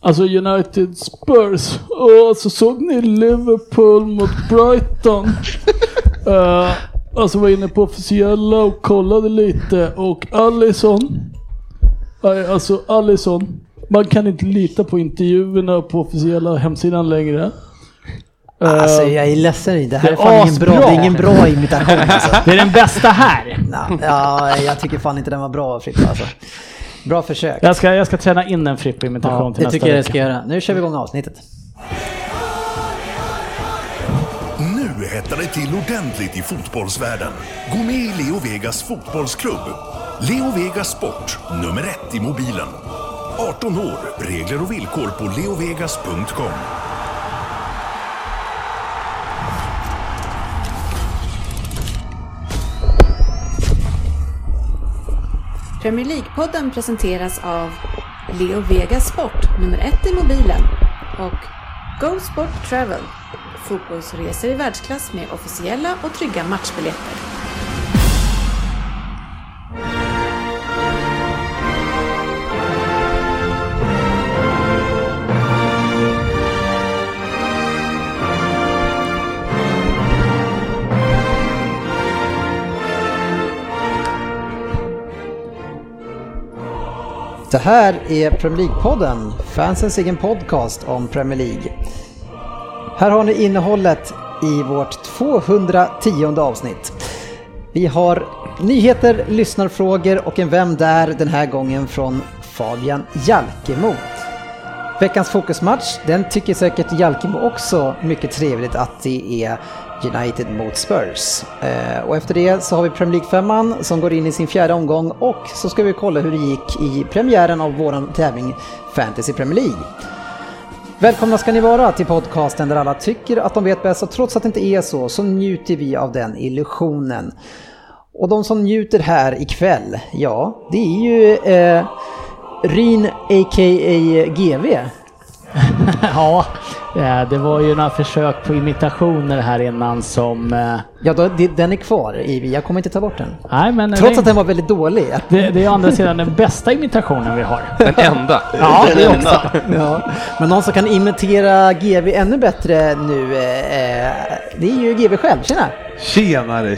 Alltså United Spurs. Och så såg ni Liverpool mot Brighton. Alltså var inne på officiella och kollade lite. Och Alisson. Man kan inte lita på intervjuerna på officiella hemsidan längre. Alltså jag är ledsen, det här är fan ingen bra imitation alltså. Det är den bästa här. Ja, jag tycker fan inte den var bra, Frippe alltså. Bra försök. Jag ska träna in en Frippe-imitation till nästa vecka. Det tycker jag ska göra. Nu kör vi igång avsnittet. Nu hettar det till ordentligt i fotbollsvärlden. Gå med i Leo Vegas fotbollsklubb. Leo Vegas Sport, nummer 1 i mobilen. 18 år, regler och villkor på leovegas.com. Premier League-podden presenteras av Leo Vegas Sport, nummer 1 i mobilen, och Go Sport Travel, fotbollsresor i världsklass med officiella och trygga matchbiljetter. Det här är Premier League-podden, fansens egen podcast om Premier League. Här har ni innehållet i vårt 210:e avsnitt. Vi har nyheter, lyssnarfrågor och en Vem där den här gången från Fabian Jalkemo. Veckans fokusmatch, den tycker säkert Jalkemo också mycket trevligt att det är United mot Spurs. Och efter det så har vi Premier League-femman som går in i sin 4:e omgång, och så ska vi kolla hur det gick i premiären av våran tävling Fantasy Premier League. Välkomna ska ni vara till podcasten där alla tycker att de vet bäst, och trots att det inte är så njuter vi av den illusionen. Och de som njuter här ikväll, ja, det är ju Ryn a.k.a. GV. Ja, det var ju några försök på imitationer här innan som... Ja, den är kvar, jag kommer inte ta bort den. Nej, men trots att den var väldigt dålig. Det är å andra sidan den bästa imitationen vi har. Den enda. Ja, det är också. Ja. Men någon som kan imitera GV ännu bättre nu, det är ju GV själv. Tjenare.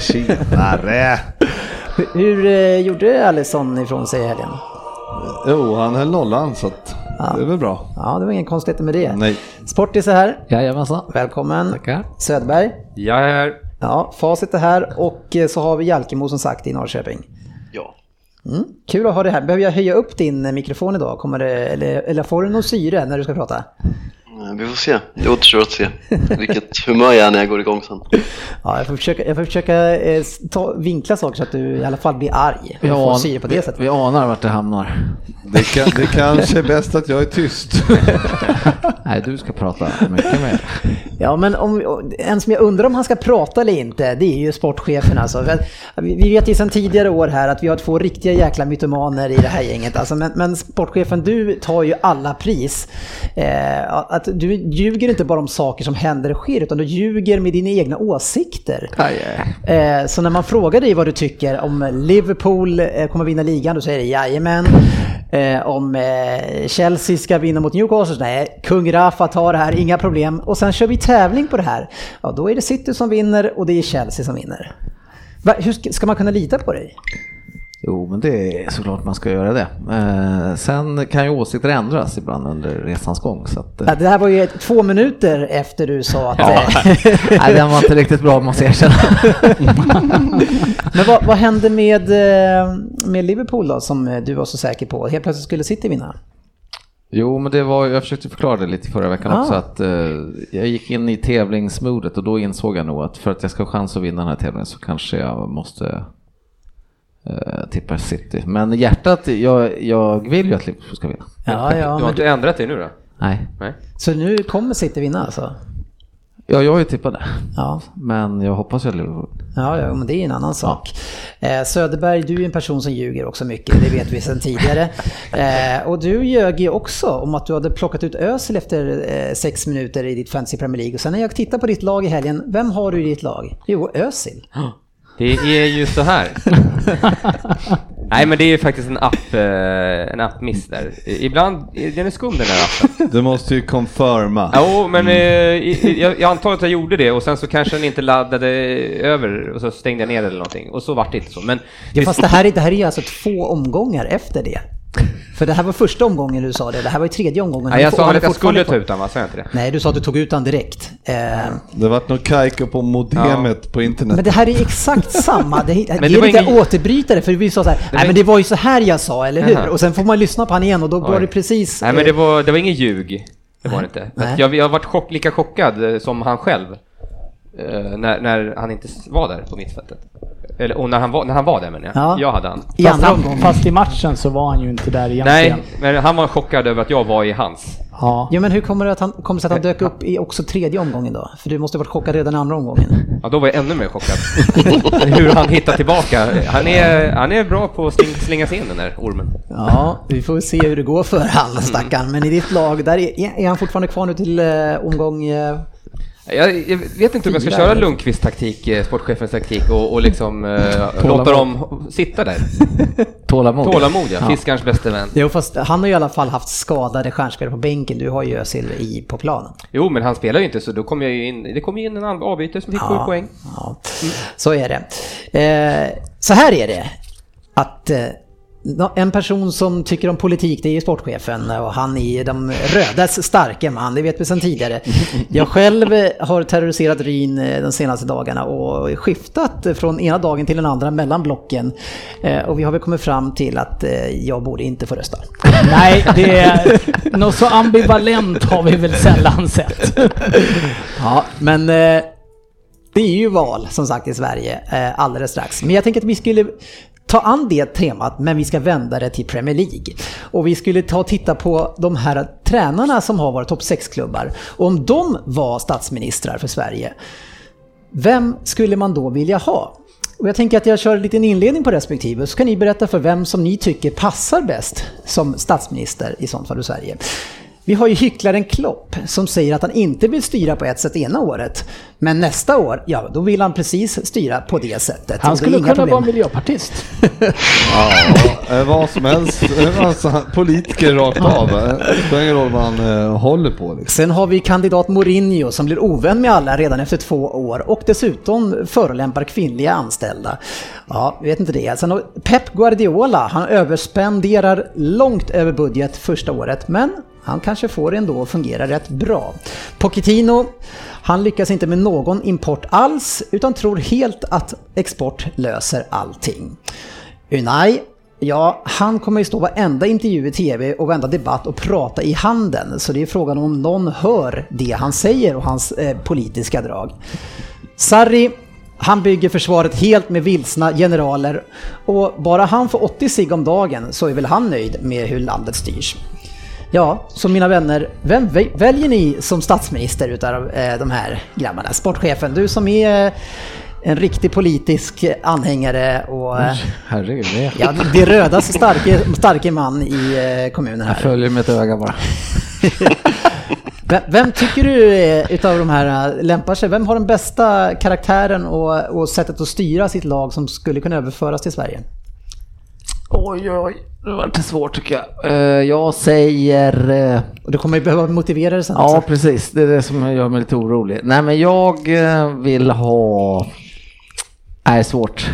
Hur gjorde Alisson ifrån sig i helgen? Jo, han höll nollan, så att det är väl bra. Ja, det var ingen konstigt med det. Nej. Sportis är här. Jajamensan. Välkommen. Tackar. Söderberg. Jag är här. Ja, Facit är här, och så har vi Jalkemo som sagt i Norrköping. Ja. Kul att ha det här. Behöver jag höja upp din mikrofon idag? Kommer det, eller får du någon syre när du ska prata? Vi får se. Det återstår att se vilket humör jag är när jag går igång sen. Ja, jag får försöka vinkla saker så att du i alla fall blir arg. Får syre på det sättet. Vi anar vart det hamnar. Det kanske är bäst att jag är tyst. Nej, du ska prata mycket mer. Ja, men en som jag undrar om han ska prata eller inte, det är ju sportchefen alltså. Vi vet ju sedan tidigare år här att vi har 2 riktiga jäkla mytomaner i det här gänget alltså, men sportchefen, du tar ju alla pris. Att du ljuger inte bara om saker som händer och sker, utan du ljuger med dina egna åsikter. Så när man frågar dig vad du tycker om Liverpool kommer vinna ligan, då säger du jajamän. Om Chelsea ska vinna mot Newcastle, nej, kung Rafa tar det här, inga problem. Och sen kör vi tävling på det här. Ja, då är det City som vinner och det är Chelsea som vinner. Hur ska man kunna lita på dig? Jo, men det är såklart man ska göra det. Sen kan ju åsikter ändras ibland under resans gång. Så att, det här var ju 2 minuter efter du sa att... Nej, den var inte riktigt bra, måste jag erkänna. Men vad hände med Liverpool då, som du var så säker på? Helt plötsligt skulle City vinna. Jo, men jag försökte förklara det lite förra veckan också, att jag gick in i tävlingsmodet och då insåg jag nog att för att jag ska ha chans att vinna den här tävlingen så kanske jag måste tippa City. Men hjärtat, jag vill ju att Liverpool ska vinna. Ja, du har inte ändrat det nu då? Nej. Så nu kommer City vinna alltså? Ja, jag har ju tippat det. Ja. Men jag hoppas att Liverpool. Ja, men det är en annan sak. Söderberg, du är en person som ljuger också mycket, det vet vi sedan tidigare. Och du ljög ju också om att du hade plockat ut Özil efter 6 minuter i ditt Fantasy Premier League. Och sen när jag tittar på ditt lag i helgen, vem har du i ditt lag? Jo, Özil. Det är ju så här. Nej, men det är ju faktiskt en app-miss där. Ibland, den är skum den här appen. Du måste ju confirma. Ja, men jag antar att jag gjorde det och sen så kanske den inte laddade över och så stängde jag ner eller någonting och så vart det inte så. Men fast det här är ju alltså 2 omgångar efter det. För det här var första omgången du sa det. Det här var ju 3:e omgången. Nej, jag sa att jag skulle ta ut den, va? Sa jag inte det? Nej, du sa att du tog ut den direkt. Det var något kajka på modemet på internet. Men det här är exakt samma. Det är lite återbrytare. För vi sa så här, nej men det var ju så här jag sa, eller hur? Och sen får man lyssna på han igen och då var det precis... Nej, men det var ingen ljug. Det var det inte. Jag har varit lika chockad som han själv. När han inte var där på mittfältet. Och när han var där, men jag hade han. Fast i matchen så var han ju inte där egentligen. Nej, men han var chockad över att jag var i hans. Ja, men hur kommer det att han dök upp i också 3:e omgången då? För du måste ha varit chockad redan i 2:a omgången. Ja, då var jag ännu mer chockad. Hur han hittar tillbaka. Han är bra på att slinga sig in den där ormen. Ja, vi får se hur det går för han, stackarn. Men i ditt lag, där är han fortfarande kvar nu till omgång... Jag vet inte om jag ska köra Lundqvist taktik, sportchefens taktik och liksom låta dem sitta där. Tålamod, ja. Fiskarens bästa vän. Jo, fast han har ju i alla fall haft skadade stjärnspelare på bänken. Du har ju Özil på planen. Jo, men han spelar ju inte, så då kom jag ju in. Det kom ju in en avbytare som fick 7 poäng. Ja, så är det. Så här är det. Att... en person som tycker om politik, det är ju sportchefen, och han är de rödas starka man, det vet vi sedan tidigare. Jag själv har terroriserat Ryn de senaste dagarna och skiftat från ena dagen till den andra mellan blocken, och vi har väl kommit fram till att jag borde inte få rösta. Nej, det är något så ambivalent har vi väl sällan sett. Ja, men det är ju val som sagt i Sverige alldeles strax. Men jag tänker att vi skulle ta an det temat, men vi ska vända det till Premier League. Och vi skulle ta och titta på de här tränarna som har varit topp 6-klubbar. Och om de var statsministrar för Sverige, vem skulle man då vilja ha? Och jag tänker att jag kör en liten inledning på respektive, så kan ni berätta för vem som ni tycker passar bäst som statsminister i sånt fall i Sverige. Vi har ju hycklaren Klopp som säger att han inte vill styra på ett sätt ena året. Men nästa år, ja, då vill han precis styra på det sättet. Han skulle kunna vara miljöpartist. Ja, vad som helst. Alltså, politiker rakt av. Det spelar ingen roll vad han håller på. Liksom. Sen har vi kandidat Mourinho som blir ovän med alla redan efter 2 år. Och dessutom förolämpar kvinnliga anställda. Ja, vet inte det. Sen har Pep Guardiola, han överspenderar långt över budget första året. Men han kanske får ändå fungera rätt bra. Pochettino, han lyckas inte med någon import alls utan tror helt att export löser allting. Unai, ja, han kommer ju stå varenda intervju i tv och varenda debatt och prata i handen. Så det är frågan om någon hör det han säger och hans politiska drag. Sarri, han bygger försvaret helt med vilsna generaler och bara han får 80 sig om dagen så är väl han nöjd med hur landet styrs. Ja, så mina vänner, vem väljer ni som statsminister utav de här grabbarna? Sportchefen, du som är en riktig politisk anhängare och herregud, ja, det rödas starke man i kommunen här. Jag följer med ett öga bara. Vem tycker du utav de här lämpar sig? Vem har den bästa karaktären och sättet att styra sitt lag som skulle kunna överföras till Sverige? Oj, det var inte svårt tycker jag. Jag säger... Och du kommer ju behöva motivera det sen. Ja, också. Precis. Det är det som gör mig lite orolig. Nej, men jag vill ha... Nej, svårt.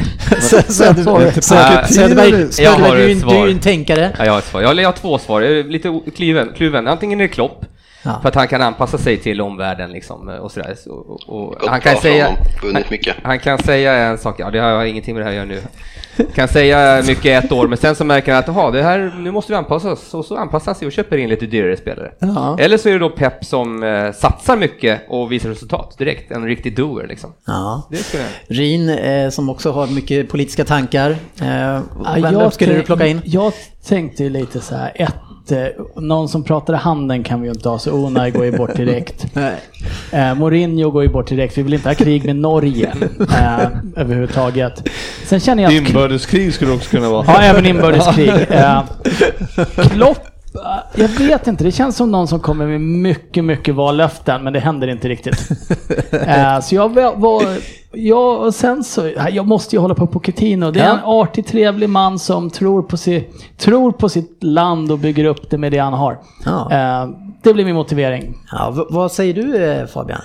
Söderberg, du är ju en tänkare. Ja, jag har ett svar. Jag har 2 svar. Jag är lite kluven. Antingen är det Klopp. Ja. För att han kan anpassa sig till omvärlden liksom, och sådär. Och han kan säga han kan säga en sak, ja det har jag ingenting med det här att göra nu. Kan säga mycket ett år, men sen så märker han att det här, nu måste vi anpassa oss, och så anpassar han sig och köper in lite dyrare spelare. Ja. Eller så är det då Pep som satsar mycket och visar resultat direkt, en riktig doer liksom. Ja. Det skulle jag. Ryn som också har mycket politiska tankar. Vem skulle du plocka in? Jag tänkte lite så här, någon som pratar i handen kan vi ju inte ha, så Unai går ju bort direkt. Mourinho går ju bort direkt. Vi vill inte ha krig med Norge överhuvudtaget. Sen känner jag inbördeskrig skulle det också kunna vara. Ja, även inbördeskrig. Klopp, jag vet inte, det känns som någon som kommer med mycket, mycket vallöften, men det händer inte riktigt. Så och sen så, jag måste ju hålla på Pochettino. Det är en artig, trevlig man som tror på sitt land och bygger upp det med det han har. Det blir min motivering. Vad säger du, Fabian?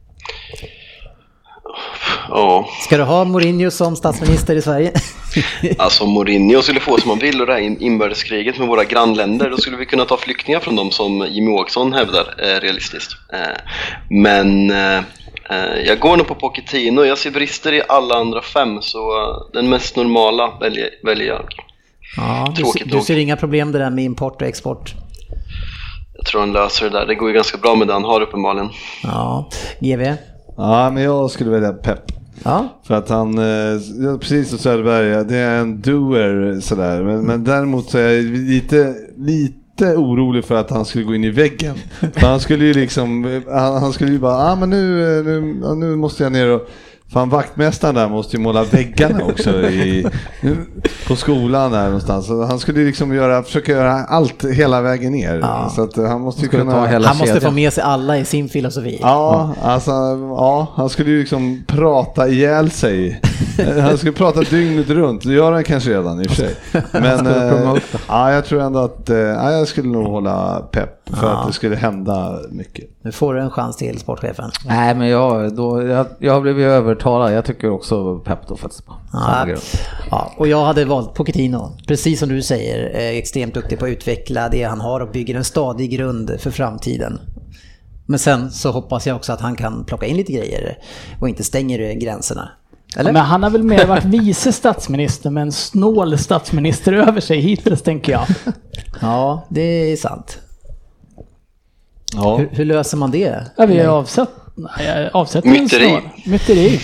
Ja. Ska du ha Mourinho som statsminister i Sverige? Alltså Mourinho skulle få som man vill, och det här inbördeskriget med våra grannländer, då skulle vi kunna ta flyktingar från dem som Jimmy Åkesson hävdar realistiskt. Men jag går nog på Pochettino. Jag ser brister i alla andra 5, så den mest normala väljer jag. Ja, du ser inga problem det där med import och export? Jag tror han löser det där. Det går ju ganska bra med det han har uppenbarligen. Ja, GV? Ja, men jag skulle välja Pep. Ja. För att han, precis som Söderberg, det är en doer sådär. Men däremot så är jag lite orolig för att han skulle gå in i väggen. För han skulle ju liksom, han skulle ju bara, men nu måste jag ner och... Fan, vaktmästaren där måste ju måla väggarna också på skolan där någonstans. Så han skulle liksom försöka göra allt hela vägen ner. Ja. Så att han måste ju kunna... Han måste få med sig alla i sin filosofi. Ja, alltså, han skulle ju liksom prata ihjäl sig. Han skulle prata dygnet runt. Det gör han kanske redan i och för sig. Men jag tror ändå att jag skulle nog hålla pepp för att det skulle hända mycket. Nu får du en chans till, sportchefen. Nej, men jag har blivit övertalad. Jag tycker också pepp då faktiskt på. Ja, och jag hade valt Pochettino. Precis som du säger, extremt duktig på att utveckla det han har och bygger en stadig grund för framtiden. Men sen så hoppas jag också att han kan plocka in lite grejer och inte stänger gränserna. Eller? Men han har väl mer varit vice statsminister med en snål statsminister över sig hittills, tänker jag. Ja, det är sant. Ja. Hur löser man det? Ja, vi har avsett myteri.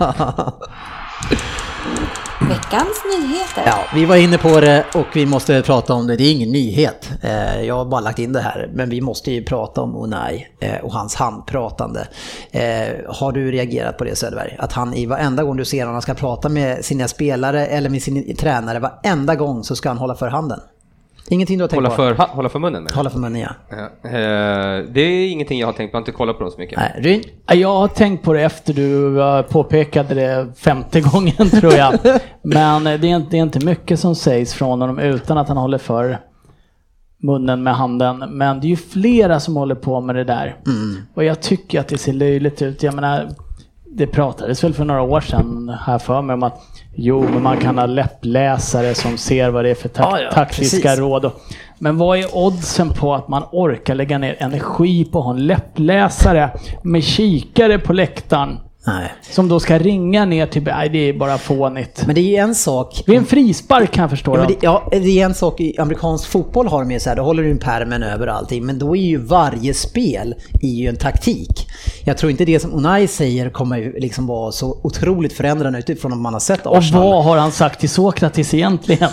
Veckans nyheter. Ja, vi var inne på det och vi måste prata om det. Det är ingen nyhet. Jag har bara lagt in det här. Men vi måste ju prata om Unai och hans handpratande. Har du reagerat på det, Söderberg? Att han i varenda gång du ser honom ska prata med sina spelare eller med sin tränare, varenda gång så ska han hålla för handen. Ingenting du har tänkt på? Hålla för munnen? Hålla för munnen, ja. Det är ingenting jag har tänkt på. Jag har inte kollat på dem så mycket. Nej, Ryn? Jag har tänkt på det efter du påpekade det 50 gången, tror jag. Men det är inte mycket som sägs från honom utan att han håller för munnen med handen. Men det är ju flera som håller på med det där. Och jag tycker att det ser löjligt ut. Jag menar, det pratades väl för några år sedan här för mig om att men man kan ha läppläsare som ser vad det är för taktiska råd. Men vad är oddsen på att man orkar lägga ner energi på att ha en läppläsare med kikare på läktaren? Nej. Som då ska ringa ner till... Nej, det är bara fånigt. Men det är en sak... Det är en frispark, kan jag förstå. Det är en sak i amerikansk fotboll har de ju så här, då håller du en pärmen över allting. Men då är ju varje spel en taktik. Jag tror inte det som Unai säger kommer liksom vara så otroligt förändrande utifrån om man har sett Arsenal. Och vad har han sagt till Sokrates egentligen?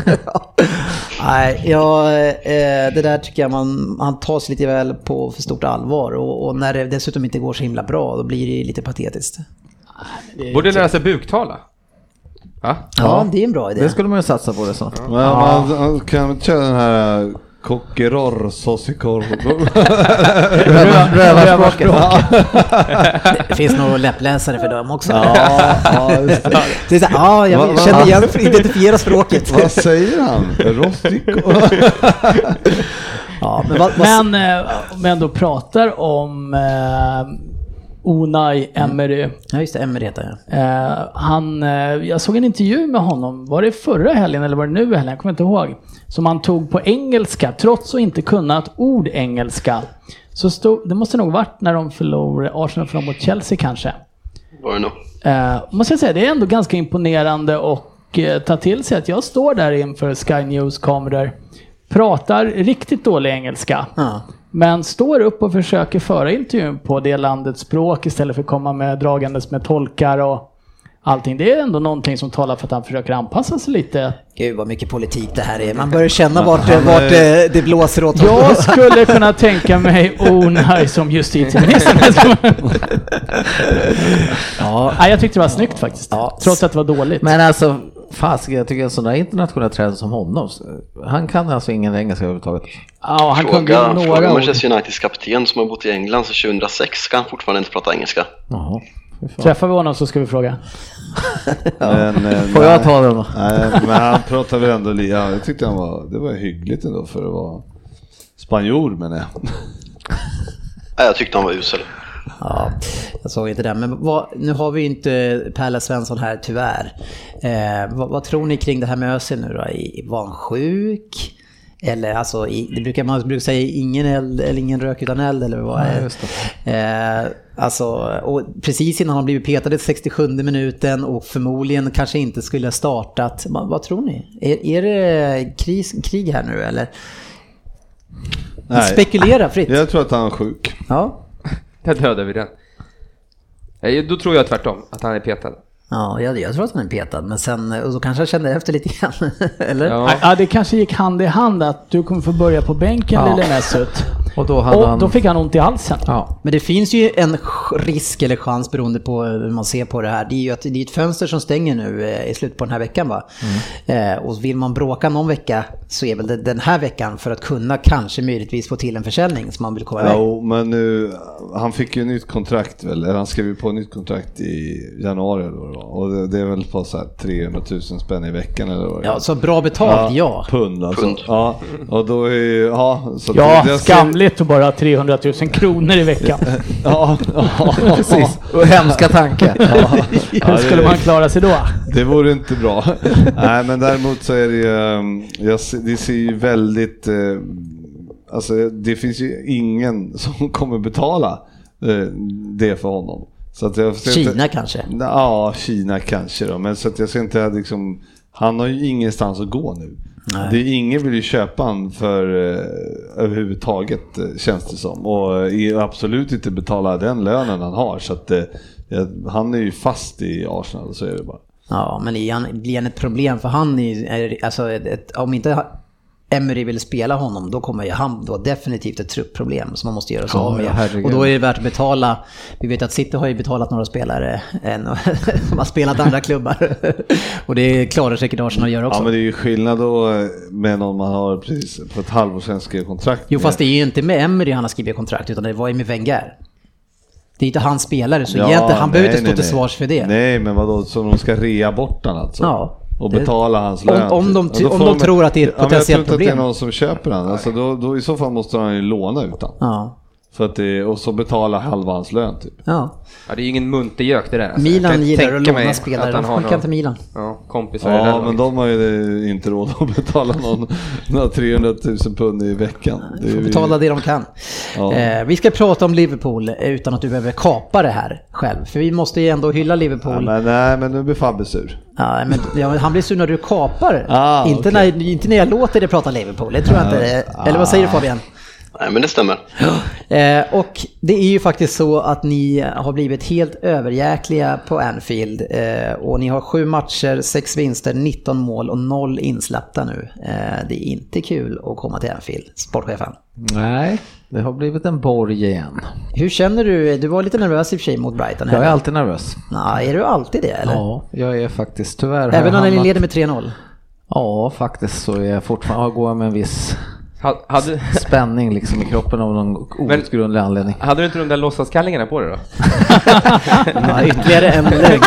Nej, det där tycker jag han tar sig lite väl på för stort allvar. Och när det dessutom inte går så himla bra, då blir det lite patetiskt. Borde lära sig buktala? Ja, det är en bra idé. Det skulle man ju satsa på det så. Man kan köra den här Coqueror, Sosikor. Rövarspråket. Det finns nog läppläsare för dem också. Jag känner igen för att identifiera språket. Vad säger han? Rostico. Men då pratar om Unai Emery. Ja, just det, Emery heter jag. Jag såg en intervju med honom. Var det förra helgen eller var det nu i helgen? Jag kommer inte ihåg. Som han tog på engelska, trots att inte kunna ett ord engelska. Så det måste nog varit när de förlorade Arsenal från mot Chelsea kanske. Var det nog? Måste jag säga, det är ändå ganska imponerande och ta till sig att jag står där inför Sky News-kameror, pratar riktigt dålig engelska. Men står upp och försöker föra intervjun på det landets språk istället för att komma med dragandes med tolkar och allting. Det är ändå någonting som talar för att han försöker anpassa sig lite. Gud vad mycket politik det här är. Man börjar känna vart det blåser åt. Jag skulle kunna tänka mig Unai som justitieminister. Jag tyckte det var snyggt faktiskt. Trots att det var dåligt. Men alltså, Fast jag tycker en sån där internationell tränare som honom, han kan alltså ingen engelska överhuvudtaget. Ja, han fråga Manchester Uniteds kapten som har bott i England sedan 2006, ska han fortfarande inte prata engelska. Jaha. Träffar vi honom så ska vi fråga. Får jag ta det då? Nej, men han pratar väl ändå jag tyckte det var hyggligt ändå för att vara spanjor, men nej. Jag tyckte han var usel. Ja, jag såg inte det. Men nu har vi ju inte Pelle Svensson här tyvärr. Vad tror ni kring det här med Özil nu då? Var han sjuk? Eller alltså, man brukar säga ingen eld eller ingen rök utan eld eller vad är just det. Alltså, och precis innan han blivit petad i 67 minuten och förmodligen kanske inte skulle ha startat. Vad tror ni? Är det krig här nu eller? Nej. Spekulera fritt. Jag tror att han är sjuk. Ja. Där dödar vi den. Då tror jag tvärtom att han är petad. Ja, jag tror att han är petad, men sen och så kanske jag kände efter lite grann, eller? Ja, det kanske gick hand i hand att du kommer få börja på bänken lille Mesut. Och då fick han ont i halsen. Ja. Men det finns ju en risk eller chans beroende på hur man ser på det här. Det är ju att det är ett fönster som stänger nu i slutet på den här veckan, va? Och vill man bråka någon vecka så är väl det den här veckan för att kunna kanske möjligtvis få till en försäljning som man vill komma iväg. Ja, men nu, han fick ju nytt kontrakt väl, han skrev ju på nytt kontrakt i januari då, och det är väl på så här 300 000 spänn i veckan eller vad. Ja, så bra betalt, pund alltså. Pund. Ja, och då är så det skamligt att bara 300 000 kronor i veckan. ja, precis. Och hemska tankar. Hur skulle man klara sig då? Det vore inte bra. Nej, men däremot så är det det ser ju väldigt alltså det finns ju ingen som kommer betala det för honom. Så att jag Kina kanske? Ja, Kina kanske då. Men så att jag ser inte liksom, han har ju ingenstans att gå nu. Nej. Det är ingen vill ju köpa han för överhuvudtaget, känns det som. Och absolut inte betala den lönen han har. Så att han är ju fast i Arsenal, så är det bara. Ja, men blir han ett problem för han är alltså om inte Emery vill spela honom, då kommer han då definitivt ett truppproblem som man måste göra så med. Och då är det värt att betala. Vi vet att City har ju betalat några spelare som har spelat andra klubbar. Och det klarar säkert Arsenal att göra också. Ja, men det är ju skillnad då med någon man har precis för ett halvår sedan skrev kontrakt. Jo, fast det är ju inte med Emery han har skrivit kontrakt, utan det var ju med Wenger. Det är inte hans spelare, så han behöver inte stå till svars för det. Nej, men vadå, så de ska rea bort han alltså? Ja. Och betala hans lön. Om de tror att det är ett potentiellt problem. Jag tror inte att det är någon som köper han. Alltså då i så fall måste han ju låna utan. Ja. För att och så betala halva hans lön typ. Ja. Ja, det är ju ingen muntergök det där. Alltså. Milan gillar att låna spelare. De funkar inte Milan. Ja, kompisar. Ja, men de har ju inte råd att betala några 300 000 pund i veckan. De får betala det de kan. Ja. Vi ska prata om Liverpool utan att du behöver kapa det här själv. För vi måste ju ändå hylla Liverpool. Ja, nej, men nu blir Fabbe sur. Ja, men han blir sur när du kapar. Inte när jag låter dig prata Liverpool. Det tror jag inte. Eller vad säger du, Fabian? Nej, men det stämmer. Och det är ju faktiskt så att ni har blivit helt överjäkliga på Anfield. Och ni har 7 matcher, 6 vinster, 19 mål och 0 insläppta nu. Det är inte kul att komma till Anfield, sportchefen. Nej, det har blivit en borg igen. Hur känner du? Du var lite nervös i och för sig mot Brighton. Jag är alltid nervös. Nej, är du alltid det eller? Ja, jag är faktiskt tyvärr. Även när ni leder med 3-0? Ja, faktiskt så är jag fortfarande går med en viss spänning liksom i kroppen av någon outgrundlig anledning. Hade du inte de där låtsaskallningarna på dig då? Ja, ytterligare en lögn.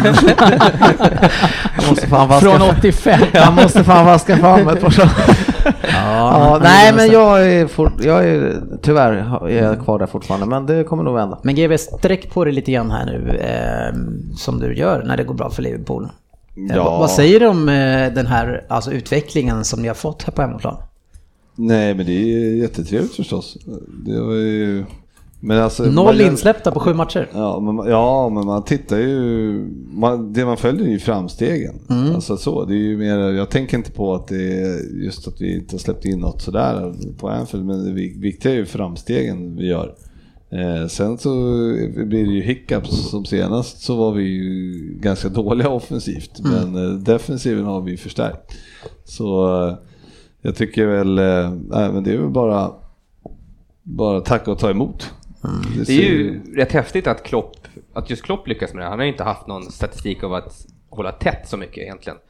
Från 85. Jag måste fan vaska fram ett par så. Nej, men jag är tyvärr är jag kvar där fortfarande, men det kommer nog vända. Men GV, sträck på dig lite grann här nu som du gör när det går bra för Liverpool. Ja. Vad säger du om den här utvecklingen som ni har fått här på hemmaplan? Nej, men det är jättetrevligt förstås. Det var ju... Men alltså, 0 insläppta på 7 matcher. Ja, men man tittar ju... det man följer är ju framstegen. Alltså så, det är ju mer... Jag tänker inte på att det är just att vi inte har släppt in något sådär på Anfield, men det viktiga är ju framstegen vi gör. Sen så blir det ju hiccups, som senast så var vi ju ganska dåliga offensivt, men defensiven har vi förstärkt. Så... Jag tycker väl, men det är väl bara tacka och ta emot. Det är ju rätt häftigt att just Klopp lyckas med det. Han har ju inte haft någon statistik av att hålla tätt så mycket egentligen.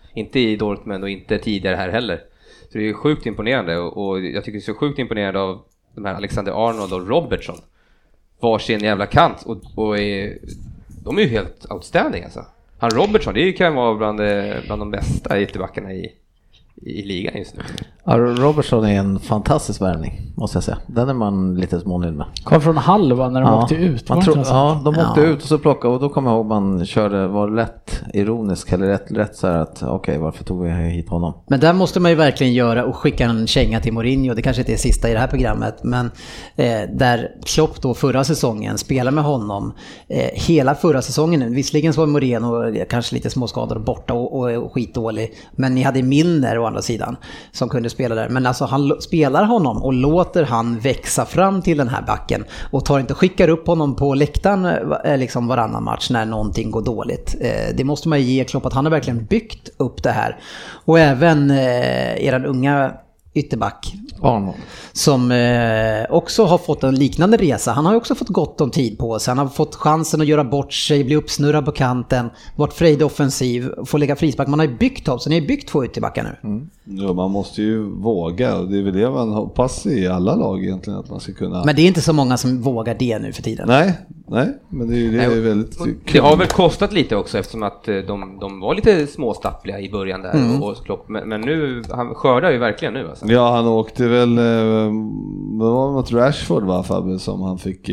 Inte i Dortmund och inte tidigare här heller. Så det är sjukt imponerande och jag tycker det är så sjukt imponerande av de här Alexander Arnold och Robertson. Varsin jävla kant och de är ju helt outstanding alltså. Han Robertson, det kan vara bland de bästa ytterbackarna i ligan just nu. Ja, Robertson är en fantastisk värvning, måste jag säga. Den är man lite smånöjd med. Kom från Halva när de åkte ut. De åkte ut och så plockade, och då kommer jag ihåg man körde, var lätt ironisk eller rätt så här att okej, varför tog vi hit honom? Men där måste man ju verkligen göra och skicka en känga till Mourinho. Det kanske inte är sista i det här programmet, men där Klopp då förra säsongen spelar med honom hela förra säsongen. Visserligen så var Moreno kanske lite småskadad borta och skitdålig, men ni hade Milner å andra sidan som kunde spela där. Men alltså han spelar honom och låter han växa fram till den här backen och skickar upp honom på läktaren liksom varannan match när någonting går dåligt. Det måste man ju ge Klopp, att han har verkligen byggt upp det här. Och även eran unga ytterback Arnold, som också har fått en liknande resa. Han har ju också fått gott om tid på sig. Han har fått chansen att göra bort sig, bli uppsnurrad på kanten, varit frejdig offensiv, få lägga frispark. Man har ju byggt upp, så ni har byggt 2 ytterbackar nu. Ja, man måste ju våga, och det är väl det man hoppas i alla lag egentligen, att man ska kunna. Men det är inte så många som vågar det nu för tiden. Nej, men det är väldigt kul. Det har väl kostat lite också, eftersom att de var lite småstappliga i början där och Klopp, men nu han skördar ju verkligen nu alltså. Ja, han åkte väl det var mot Rashford, va, Fabbe, som han fick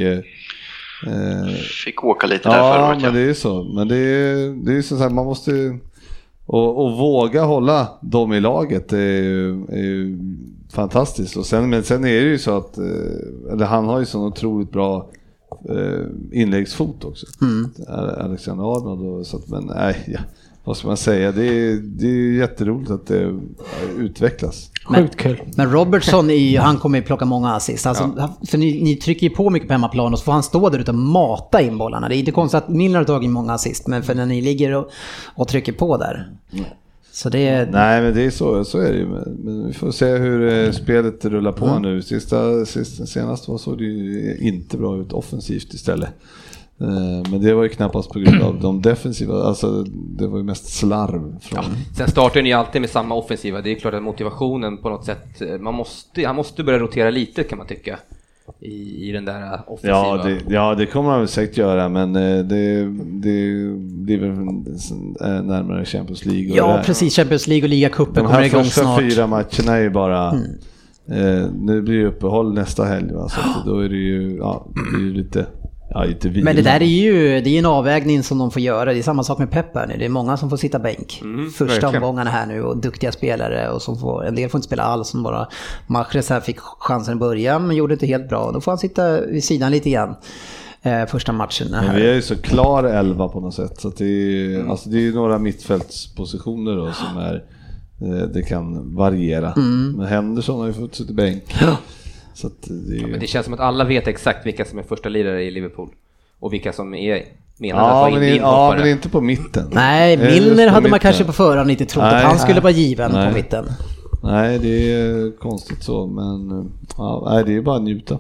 åka lite där förra året. Ja, men det är så. Men det är så att man måste och våga hålla dem i laget är ju fantastiskt. Och sen är det ju så att han har ju sån otroligt bra inläggsfot också. Alexander Arnold och så att, men nej, vad ska man säga, det är jätteroligt att det utvecklas. Sjukt kul. Men Robertson han kommer ju plocka många assist. Alltså, för ni trycker ju på mycket på hemmaplan och så får han stå där ute och mata in bollarna. Det är inte konstigt att Milner har tagit många assist, men för när ni ligger och trycker på där. Så det är... Nej, men det är så är det ju. Men vi får se hur spelet rullar på nu. Senast såg det ju inte bra ut offensivt istället. Men det var ju knappast på grund av de defensiva, alltså det var ju mest slarv från... Sen startar ni alltid med samma offensiva. Det är klart att motivationen på något sätt, han måste börja rotera lite, kan man tycka, i den där offensiva. Det kommer han väl säkert göra, men det är väl närmare Champions League. Ja, precis, Champions League och Ligacupen kommer igång snart. De här första 4 matcherna är ju bara nu blir det uppehåll nästa helg, va? Så då är det ju det är ju lite... Men det där det är en avvägning som de får göra. Det är samma sak med Pep här nu. Det är många som får sitta bänk första omgångarna här nu, och duktiga spelare, och som en del får inte spela alls, som bara Mahrez här fick chansen i början men gjorde inte helt bra. Då får han sitta vid sidan lite grann första matchen här. Men vi är ju så klar 11 på något sätt, så att det är några mittfältspositioner då som det kan variera. Men Henderson har ju fått sitta i bänk. Så att men det känns som att alla vet exakt vilka som är första lirare i Liverpool och vilka som är menade men inte på mitten. Nej, Milner hade man kanske på förhand inte trott att han skulle vara given på mitten. Nej, det är konstigt så, men det är bara att njuta.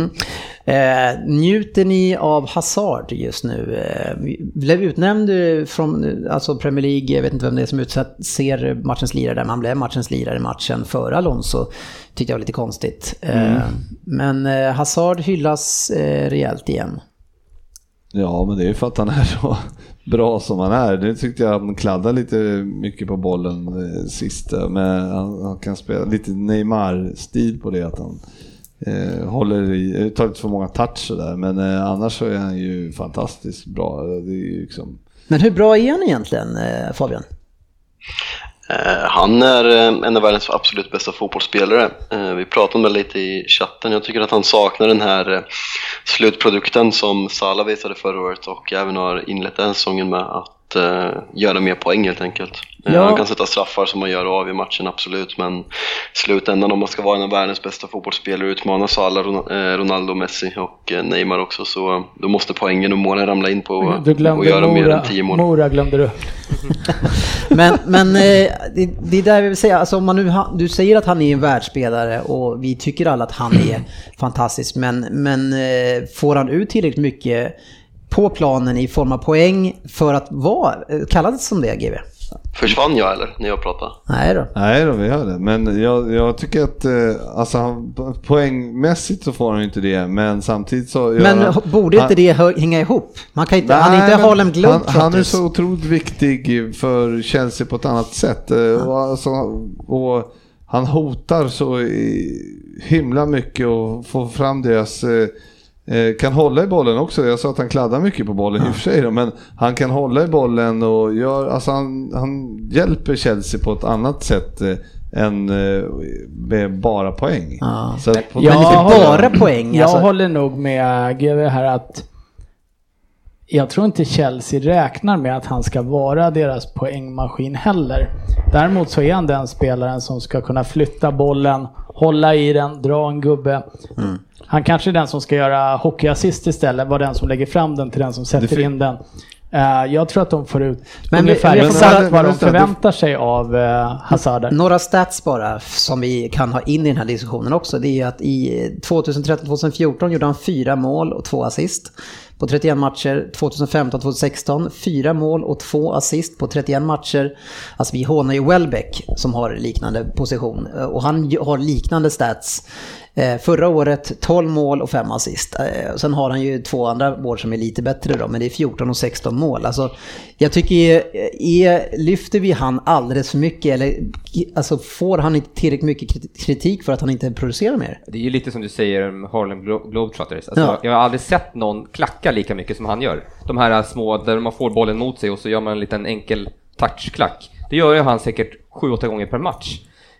Njuter ni av Hazard just nu? Blev utnämnd från Premier League, jag vet inte vem det är som ser matchens lirare där, man blev matchens lirare i matchen före Alonso, tyckte jag var lite konstigt. Men Hazard hyllas rejält igen. Ja, men det är för att han är så bra som han är. Det tyckte jag, han kladdade lite mycket på bollen sista, men han kan spela lite Neymar-stil på det, att han tar lite för många touch där, men annars så är han ju fantastiskt bra. Det är ju liksom... Men hur bra är han egentligen, Fabian? Han är en av världens absolut bästa fotbollsspelare. Vi pratade om det lite i chatten. Jag tycker att han saknar den här slutprodukten som Salah visade förra året, och även har inlett den säsongen med att göra mer poäng helt enkelt. Han kan sätta straffar som man gör av i matchen, absolut, men slutändan, om man ska vara en av världens bästa fotbollsspelare, utmana Salah, Ronaldo, Messi och Neymar också, så då måste poängen och målen ramla in på och göra mer än 10 mål. Mora glömde du. men det är där vi vill säga, alltså, om man du säger att han är en världsspelare och vi tycker alla att han är fantastisk, men får han ut tillräckligt mycket på planen i form av poäng för att kallades som det, GV? Försvann jag eller när jag pratade? Nej då, vi hör det. Men jag tycker att alltså, poängmässigt så får han inte det, men samtidigt så... Men borde inte det hänga ihop? Man kan inte, han är inte Harlem Globetrotters. Han är så otroligt viktig för Chelsea på ett annat sätt. Och han hotar så himla mycket och får fram deras... kan hålla i bollen också. Jag sa att han kladdar mycket på bollen i och för sig då, men han kan hålla i bollen och alltså han hjälper Chelsea på ett annat sätt än med bara poäng. Så bara poäng. Jag håller nog med GV här att jag tror inte Chelsea räknar med att han ska vara deras poängmaskin heller. Däremot så är han den spelaren som ska kunna flytta bollen, hålla i den, dra en gubbe. Han kanske är den som ska göra hockeyassist istället, var den som lägger fram den till den som sätter in den. Jag tror att de får ut ungefär exakt vad de förväntar sig av Hazard. Några stats bara som vi kan ha in i den här diskussionen också. Det är att i 2013-2014 gjorde han 4 mål och 2 assist på 31 matcher. 2015-2016 4 mål och 2 assist på 31 matcher. Alltså vi hånar ju Welbeck som har liknande position och han har liknande stats. Förra året 12 mål och 5 assist. Sen har han ju 2 andra år som är lite bättre då, men det är 14 och 16 mål. Alltså, jag tycker lyfter vi han alldeles för mycket eller alltså, får han inte tillräckligt mycket kritik för att han inte producerar mer? Det är ju lite som du säger om Harlem Globetrotters. Alltså, jag har aldrig sett någon klacka lika mycket som han gör. De här små där man får bollen mot sig och så gör man en liten enkel touchklack. Det gör ju han säkert 7-8 gånger per match.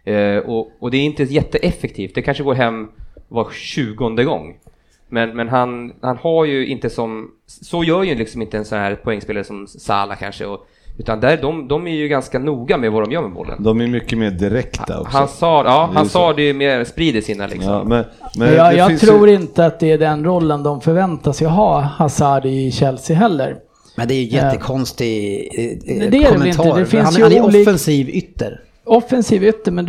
Och det är inte jätteeffektivt. Det kanske går hem var 20:e gång. Men han har ju inte som... Så gör ju liksom inte en sån här poängspelare som Salah kanske. Utan där, de är ju ganska noga med vad de gör med bollen. De är mycket mer direkta också. Han sa det mer sprider sina liksom. Ja, men jag tror inte att det är den rollen de förväntar sig ha Hazard i Chelsea heller. Men det är ju jättekonstig kommentar. Det finns han är offensiv ytter. Offensiv ytter, men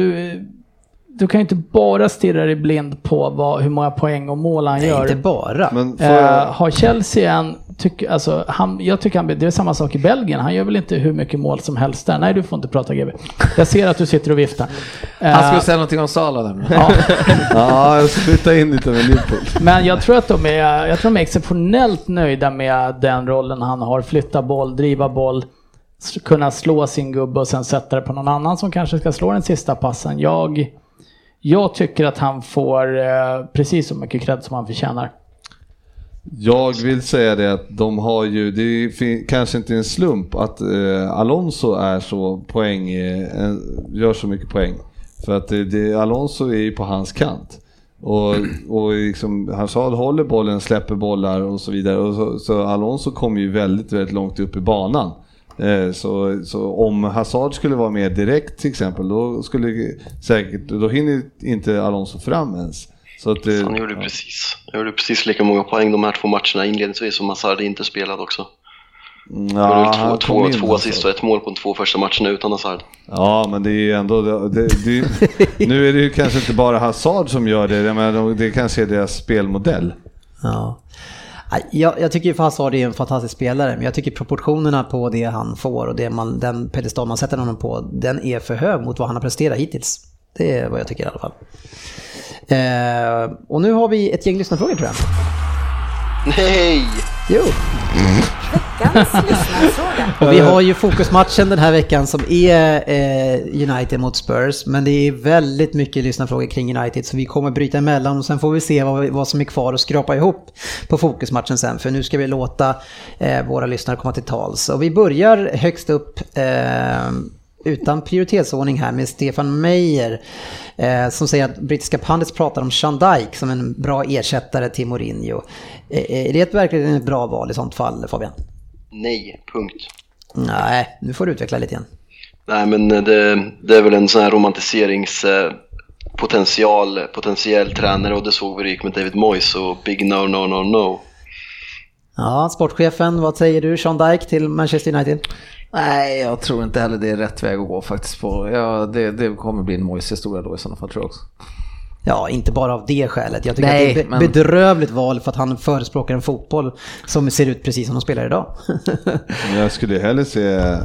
du kan ju inte bara stirra dig blind på hur många poäng och mål han gör. Inte bara. Men har Chelsea jag tycker det är samma sak i Belgien. Han gör väl inte hur mycket mål som helst där. Nej, du får inte prata GB. Jag ser att du sitter och viftar. Han skulle säga någonting om Salah där. Ja, jag ska flytta in lite med Liverpool. Men jag tror att de är exceptionellt nöjda med den rollen han har. Flytta boll, driva boll, kunna slå sin gubbe och sen sätta det på någon annan som kanske ska slå den sista passen. Jag tycker att han får precis så mycket cred som han förtjänar. Jag vill säga det att de har ju, det är kanske inte en slump att Alonso är så gör så mycket poäng. För att Alonso är ju på hans kant. Och liksom, Hazard håller bollen, släpper bollar och så vidare. Och så Alonso kommer ju väldigt, väldigt långt upp i banan. Så om Hazard skulle vara mer direkt till exempel, då hinner inte Alonso fram ens. Så att han gjorde precis lika många poäng de här 2 matcherna inledningsvis som Hazard inte spelat också. Ja, två assist och 1 mål på de 2 första matcherna utan Hazard. Ja, men det är ju ändå nu är det ju kanske inte bara Hazard som gör det, men det kanske är deras spelmodell. Ja. Jag tycker ju Hazard är en fantastisk spelare, men jag tycker proportionerna på det han får och den pedestal man sätter honom på, den är för hög mot vad han har presterat hittills. Det är vad jag tycker i alla fall. Och nu har vi ett gäng lyssnarfrågor, tror jag. Nej! Jo! Veckans lyssnarfråga. Och vi har ju fokusmatchen den här veckan som är United mot Spurs, men det är väldigt mycket lyssnarfrågor kring United, så vi kommer bryta emellan och sen får vi se vad som är kvar och skrapa ihop på fokusmatchen sen, för nu ska vi låta våra lyssnare komma till tals. Och vi börjar högst upp utan prioritetsordning här med Stefan Meyer som säger att brittiska pundits pratar om Sean Dyche som en bra ersättare till Mourinho. Är det verkligen ett bra val i sånt fall, Fabian? Nej, punkt. Nej, nu får du utveckla lite igen. Nej, men det är väl en sån här romantiseringspotentiell tränare, och det såg vi ryk med David Moyes, och big no. Ja, sportchefen, vad säger du? Sean Dyche till Manchester United? Nej, jag tror inte heller det är rätt väg att gå faktiskt på. Det kommer bli en Moyes-historia då i sådana fall, tror jag också. Ja, inte bara av det skälet. Jag tycker att det är ett bedrövligt val för att han förespråkar en fotboll som ser ut precis som de spelar idag. Jag skulle hellre se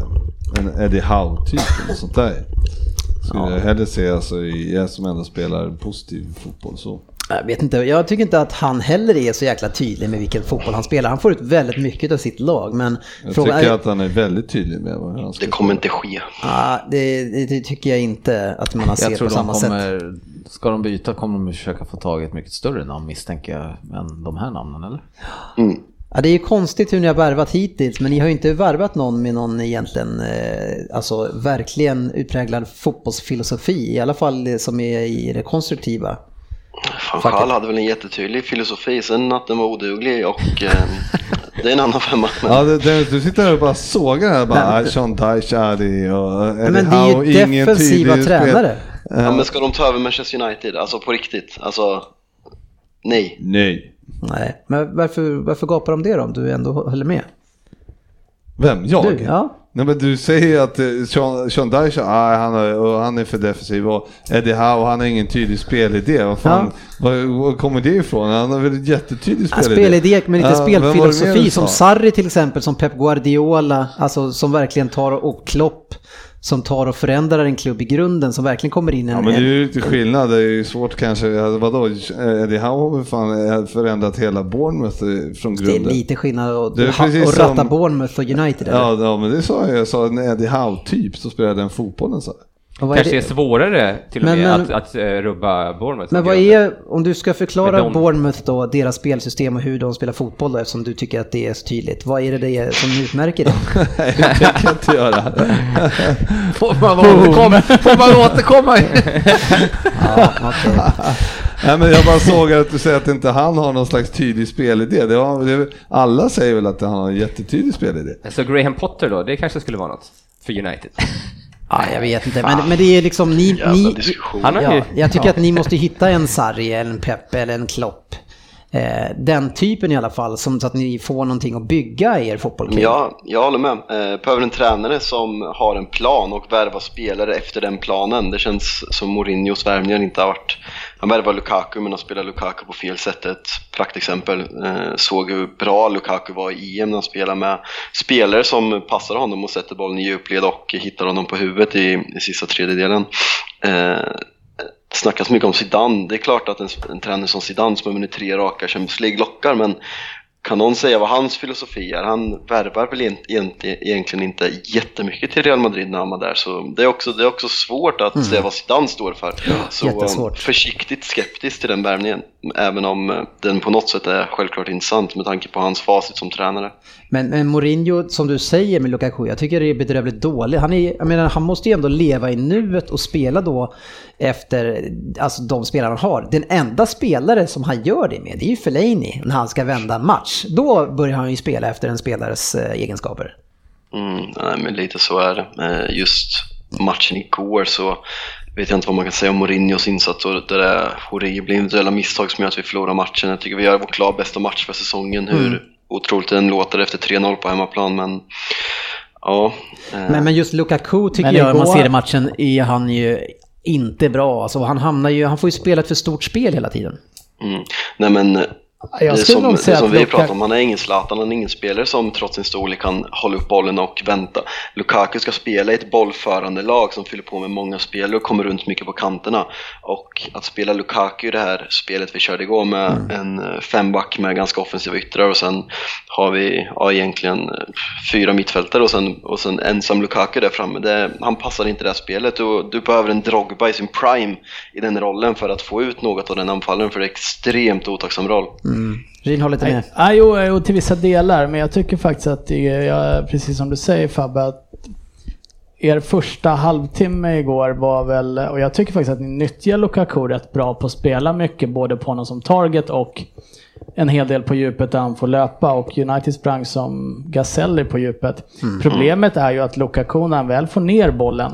en Eddie Howe-typ eller sånt där. Skulle jag hellre se alltså, jag som ändå spelar positiv fotboll så. Jag vet inte, jag tycker inte att han heller är så jäkla tydlig med vilken fotboll han spelar. Han får ut väldigt mycket av sitt lag, men jag tycker att han är väldigt tydlig med vad han ska. Det kommer inte ske. Ja, det tycker jag inte att man har sett på samma sätt. Ska de byta kommer de försöka få tag i ett mycket större namn, misstänker jag, än de här namnen, eller? Ja, det är ju konstigt hur ni har värvat hittills, men ni har ju inte värvat någon med någon egentligen alltså verkligen utpräglad fotbollsfilosofi, i alla fall som är i det konstruktiva. Fanchal hade väl en jättetydlig filosofi, sen att den var oduglig och det är en annan femma. Men... Ja, du sitter här och bara sågar här, bara Sean Dyche och men det är ju defensiva tränare. Ja, men ska de ta över Manchester United? Alltså på riktigt? Alltså, nej. Nej, men varför gapar de det då, om du ändå håller med? Vem? Jag? Du, ja. Nej, men du säger att Sean Dyche, han är för defensiv och Eddie Howe, han har ingen tydlig spelidé. Vad fan, var kommer det ifrån? Han har väl en jättetydlig spelidé, men inte spelfilosofi som Sarri till exempel, som Pep Guardiola, alltså som verkligen tar och Klopp som tar och förändrar en klubb i grunden, som verkligen kommer in men det är ju lite skillnad, det är ju svårt kanske, vadå, Eddie Howe har fan förändrat hela Bournemouth från grunden. Det är lite skillnad att ratta Bournemouth och United. Ja, men det sa jag sa en Eddie Howe typ, så spelar den fotbollen så. Kanske är svårare till och med att rubba Bournemouth. Men vad är, om du ska förklara Bournemouth då, deras spelsystem och hur de spelar fotboll då, eftersom du tycker att det är så tydligt, vad är det som utmärker det? Det kan jag inte göra. Får man återkomma? Ja, okej. Nej, men jag bara såg att du säger att inte han har någon slags tydlig spelidé. Alla säger väl att han har en jättetydlig spelidé. Så Graham Potter då, det kanske skulle vara något för United. Ja, jag vet inte, men det är liksom jag tycker att ni måste hitta en Sarri eller en Pep eller en Klopp. Den typen i alla fall, som så att ni får någonting att bygga er fotboll kring. Ja, jag håller med. Behöver en tränare som har en plan och värvar spelare efter den planen. Det känns som Mourinhos värvningar inte har varit. Han värvar Lukaku, men han spelar Lukaku på fel sätt. Ett praktexempel. Såg hur bra Lukaku var i EM när han spelade med spelare som passar honom och sätter bollen i djupled och hittar honom på huvudet i sista tredjedelen. Snackas mycket om Zidane. Det är klart att en tränare som Zidane som har vunnit 3 raka Champions League lockar, men kan någon säga vad hans filosofi är? Han värvar väl egentligen inte jättemycket till Real Madrid när han var där, så det är också svårt att säga vad Zidane står för. Så försiktigt skeptisk till den värvningen, även om den på något sätt är självklart intressant med tanke på hans facit som tränare. Men Mourinho, som du säger med Lukaku, jag tycker det är bedrövligt dåligt. Han måste ju ändå leva i nuet och spela då efter alltså de spelare han har. Den enda spelare som han gör det med, det är ju Fellaini när han ska vända en match. Då börjar han ju spela efter en spelares egenskaper. Nej, men lite så är det. Just matchen igår så vet jag inte vad man kan säga om Mourinhos insats och det där horribla individuella misstag som gör att vi förlorar matchen. Jag tycker vi gör vår klar bästa match för säsongen. Hur otroligt den låter efter 3-0 på hemmaplan, men ja. Men just Lukaku tycker jag, om man ser i matchen, är han ju inte bra. Alltså han får ju spela ett för stort spel hela tiden. Nej, men det som vi pratar om, han är ingen Zlatan, han är ingen spelare som trots sin storlek kan hålla upp bollen och vänta. Lukaku ska spela i ett bollförande lag som fyller på med många spelare och kommer runt mycket på kanterna. Och att spela Lukaku i det här spelet vi körde igår med en 5-back med ganska offensiva yttrar, och sen har vi egentligen 4 mittfältare och sen ensam Lukaku där framme. Han passar inte det här spelet, och du behöver en Drogba i sin prime i den rollen för att få ut något av den anfallen, för det är extremt otacksam roll. Rin håller inte med. Jo, till vissa delar, men jag tycker faktiskt att precis som du säger, Fabbe, att er första halvtimme igår var väl, och jag tycker faktiskt att ni nyttjar Lukaku rätt bra på att spela mycket, både på honom som target och en hel del på djupet där han får löpa, och United sprang som gaseller på djupet. Problemet är ju att Lukaku, när han väl får ner bollen,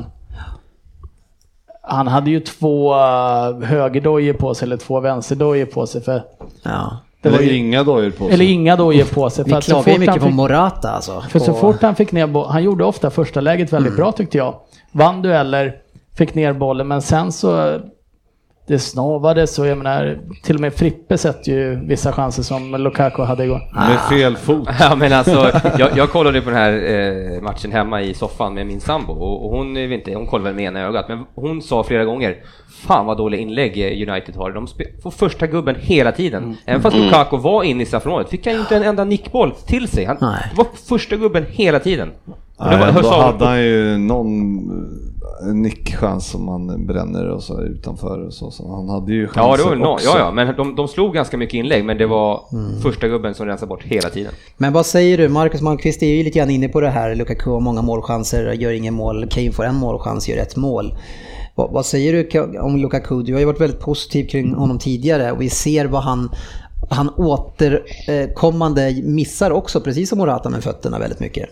han hade ju 2 högerdojor på sig eller 2 vänsterdojor på sig, för det var inga dojor på sig. Eller inga dojor på sig. Vi klagar mycket på Morata alltså. För så fort han fick ner han gjorde ofta första läget väldigt bra tyckte jag. Vann dueller, fick ner bollen, men sen så det snavades och jag menar, till och med Frippe sätter ju vissa chanser som Lukaku hade igår. Med fel fot. Ja, men alltså, jag kollade på den här matchen hemma i soffan med min sambo och hon kollade väl med ena ögat, men hon sa flera gånger, fan vad dåliga inlägg United har. De får första gubben hela tiden. Även fast Lukaku var inne i straffområdet fick han inte en enda nickboll till sig. Han var första gubben hela tiden. Då hade han ju någon nickchans som man bränner och så utanför och så han hade ju chanser. Ja, det var också. Men de slog ganska mycket inlägg, men det var första gubben som rensade bort hela tiden. Men vad säger du? Marcus Malmqvist är ju lite grann inne på det här. Lukaku har många målchanser, gör ingen mål. Kane får en målchans, gör ett mål. Vad säger du om Lukaku? Du har ju varit väldigt positiv kring honom tidigare och vi ser vad han återkommande missar också, precis som Morata med fötterna väldigt mycket.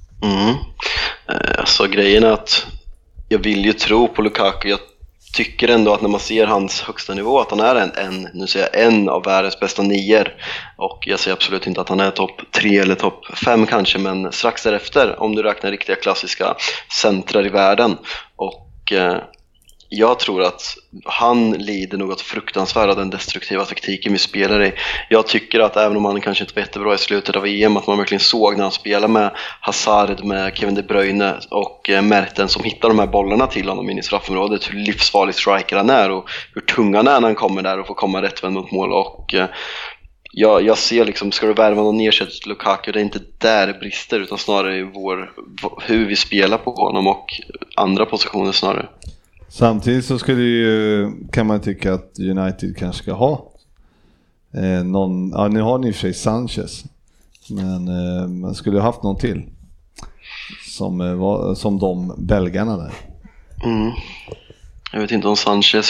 Alltså grejen är att jag vill ju tro på Lukaku. Jag tycker ändå att när man ser hans högsta nivå att han är en av världens bästa nior. Och jag säger absolut inte att han är topp 3 eller topp 5 kanske, men strax därefter om du räknar riktiga klassiska centrar i världen. Och jag tror att han lider något fruktansvärt av den destruktiva taktiken vi spelar i. Jag tycker att även om han kanske inte var jättebra i slutet av EM, att man verkligen såg när han spelade med Hazard, med Kevin De Bruyne och Mertens som hittar de här bollarna till honom in i straffområdet, hur livsfarlig striker han är och hur tung han är när han kommer där och får komma rättvänd mot mål. Och jag ser liksom, ska du värva någon ersättare till Lukaku, det är inte där det brister utan snarare i hur vi spelar på honom och andra positioner snarare. Samtidigt så kan man tycka att United kanske ska ha nu har ni i och för sig Sanchez, men man skulle ha haft någon till som de belgarna där. Jag vet inte om Sanchez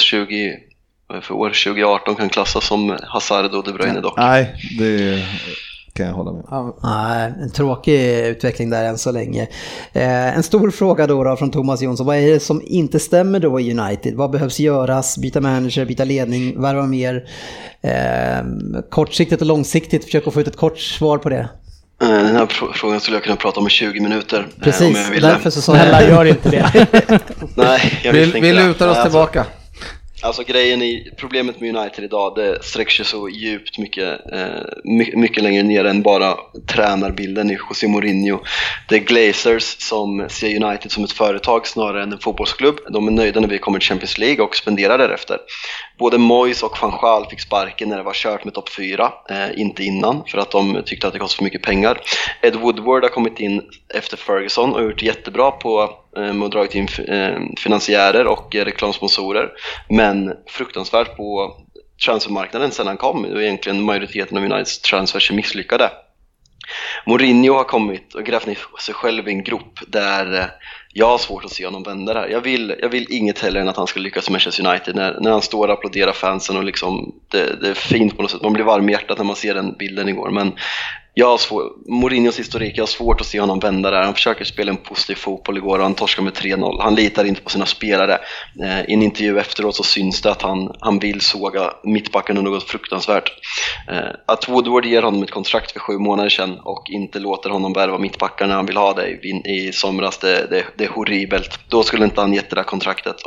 2018 kan klassas som Hazard och De Bruyne dock. Nej, det kan jag hålla med. En tråkig utveckling där än så länge. En stor fråga då från Thomas Jonsson. Vad är det som inte stämmer då i United? Vad behövs göras? Byta manager, byta ledning, värva mer? Kortsiktigt och långsiktigt, försök att få ut ett kort svar på det. Den här frågan skulle jag kunna prata om i 20 minuter. Precis, därför så snälla gör inte det. Nej, jag vill vi lutar oss tillbaka. Alltså problemet med United idag, det sträcker sig så djupt mycket längre ner än bara tränarbilden i José Mourinho. Det är Glazers som ser United som ett företag snarare än en fotbollsklubb. De är nöjda när vi kommer till Champions League och spenderar därefter. Både Moyes och Van Gaal fick sparken när det var kört med topp 4, inte innan, för att de tyckte att det kostade för mycket pengar. Ed Woodward har kommit in efter Ferguson och gjort jättebra på med att dra in finansiärer och reklamsponsorer, men fruktansvärt på transfermarknaden sedan han kom, och egentligen majoriteten av Uniteds transfers är misslyckade. Mourinho har kommit och grävt ner sig själv i en grop där jag har svårt att se honom vända där. Jag vill inget heller än att han ska lyckas med Manchester United när han står och applåderar fansen och liksom, det är fint på något sätt. Man blir varm i hjärtat när man ser den bilden igår, men Mourinhos historik, jag har svårt att se honom vända där. Han försöker spela en positiv fotboll igår och han torskar med 3-0. Han litar inte på sina spelare. I en intervju efteråt så syns det att han vill såga mittbacken och något fruktansvärt. Att Woodward ger honom ett kontrakt för 7 månader sedan och inte låter honom värva mittbackar när han vill ha det i somras, det är horribelt. Då skulle inte han gett det där kontraktet.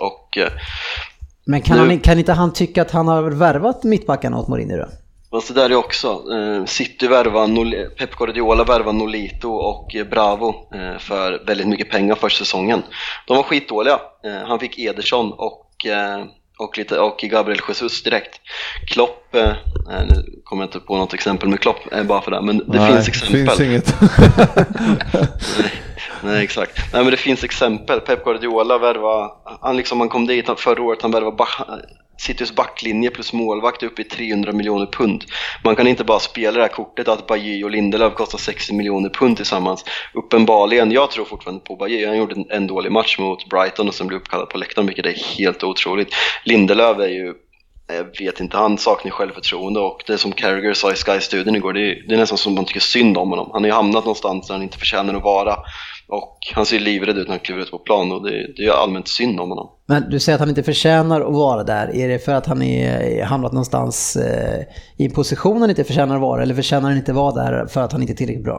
Men kan inte han tycka att han har värvat mittbackarna åt Mourinho då? Alltså där är också City värvar Pep Guardiola värvar Nolito och Bravo för väldigt mycket pengar för säsongen. De var skitdåliga. Han fick Ederson och Gabriel Jesus direkt. Klopp, nu kommer jag inte på något exempel med Klopp bara för det, men det finns exempel. Finns inget. Nej, exakt. Nej, men det finns exempel. Pep Guardiola han kom dit förra året, han värvade Citys backlinje plus målvakt upp i 300 miljoner pund. Man kan inte bara spela det här kortet att Bailly och Lindelöf kostar 60 miljoner pund tillsammans. Uppenbarligen, jag tror fortfarande på Bailly. Han gjorde en dålig match mot Brighton och sen blev uppkallad på läktaren, vilket är helt otroligt. Lindelöf är ju, jag vet inte, han saknar självförtroende, och det som Carragher sa i Sky-studien igår, det är nästan som man tycker synd om honom. Han har ju hamnat någonstans där han inte förtjänar att vara, och han ser livrädd ut när han kliver ut på plan, och det är allmänt synd om honom. Men du säger att han inte förtjänar att vara där. Är det för att han är hamnat någonstans i en position han inte förtjänar att vara, eller förtjänar han inte vara där för att han inte är tillräckligt bra?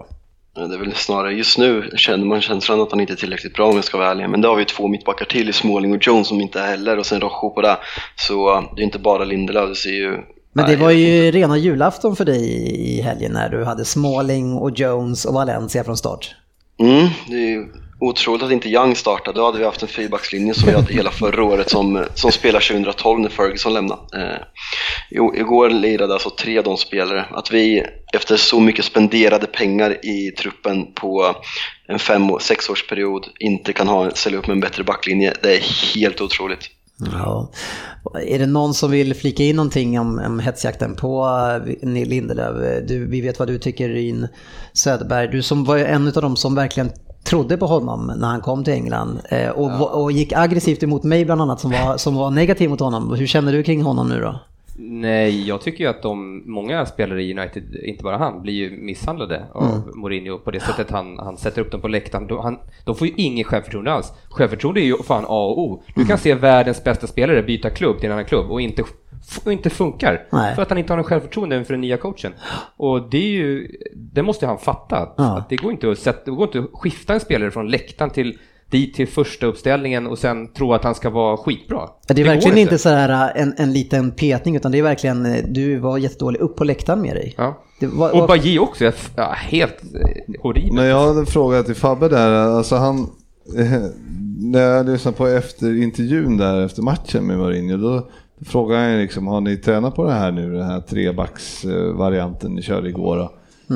Det är väl snarare just nu känner man känslan att han inte är tillräckligt bra om jag ska vara ärlig. Men det har vi 2 mittbackar till i Smalling och Jones som inte är heller och sen Rojo på det. Så det är inte bara Lindelöf, det ser ju... Men det var ju rena julafton för dig i helgen när du hade Smalling och Jones och Valencia från start. Det är ju otroligt att inte Young startade. Då hade vi haft en 4-backslinje som vi hade hela förra året som spelade 2012 när Ferguson lämnade. Igår lirade alltså 3 av de spelare. Att vi efter så mycket spenderade pengar i truppen på en 5-6 årsperiod inte kan sälja upp med en bättre backlinje, det är helt otroligt. Ja. Är det någon som vill flika in någonting om hetsjakten på Lindelöf? Vi vet vad du tycker, Ryn Söderberg. Du som var en av dem som verkligen trodde på honom när han kom till England och gick aggressivt emot mig bland annat som var negativ mot honom. Hur känner du kring honom nu då? Nej, jag tycker ju att många spelare i United, inte bara han, blir ju misshandlade av Mourinho på det sättet han sätter upp dem på läktaren. De får ju ingen självförtroende alls. Självförtroende är ju fan A och O. Du kan se världens bästa spelare byta klubb till en annan klubb och inte funkar. Nej. För att han inte har någon självförtroende inför den nya coachen. Och det måste han fatta. Att det går inte att skifta en spelare från läktaren till första uppställningen och sen tro att han ska vara skitbra. Det är verkligen inte så här en liten petning, utan det är verkligen, du var jättedålig upp på läktaren med dig. Ja. Och Bajy också, helt horribelt. Men jag hade en fråga till Fabbe där, alltså han när jag lyssnade på efter intervjun där efter matchen med Mourinho, då frågade jag liksom, har ni tränat på det här nu, den här 3-backs-varianten ni körde igår då?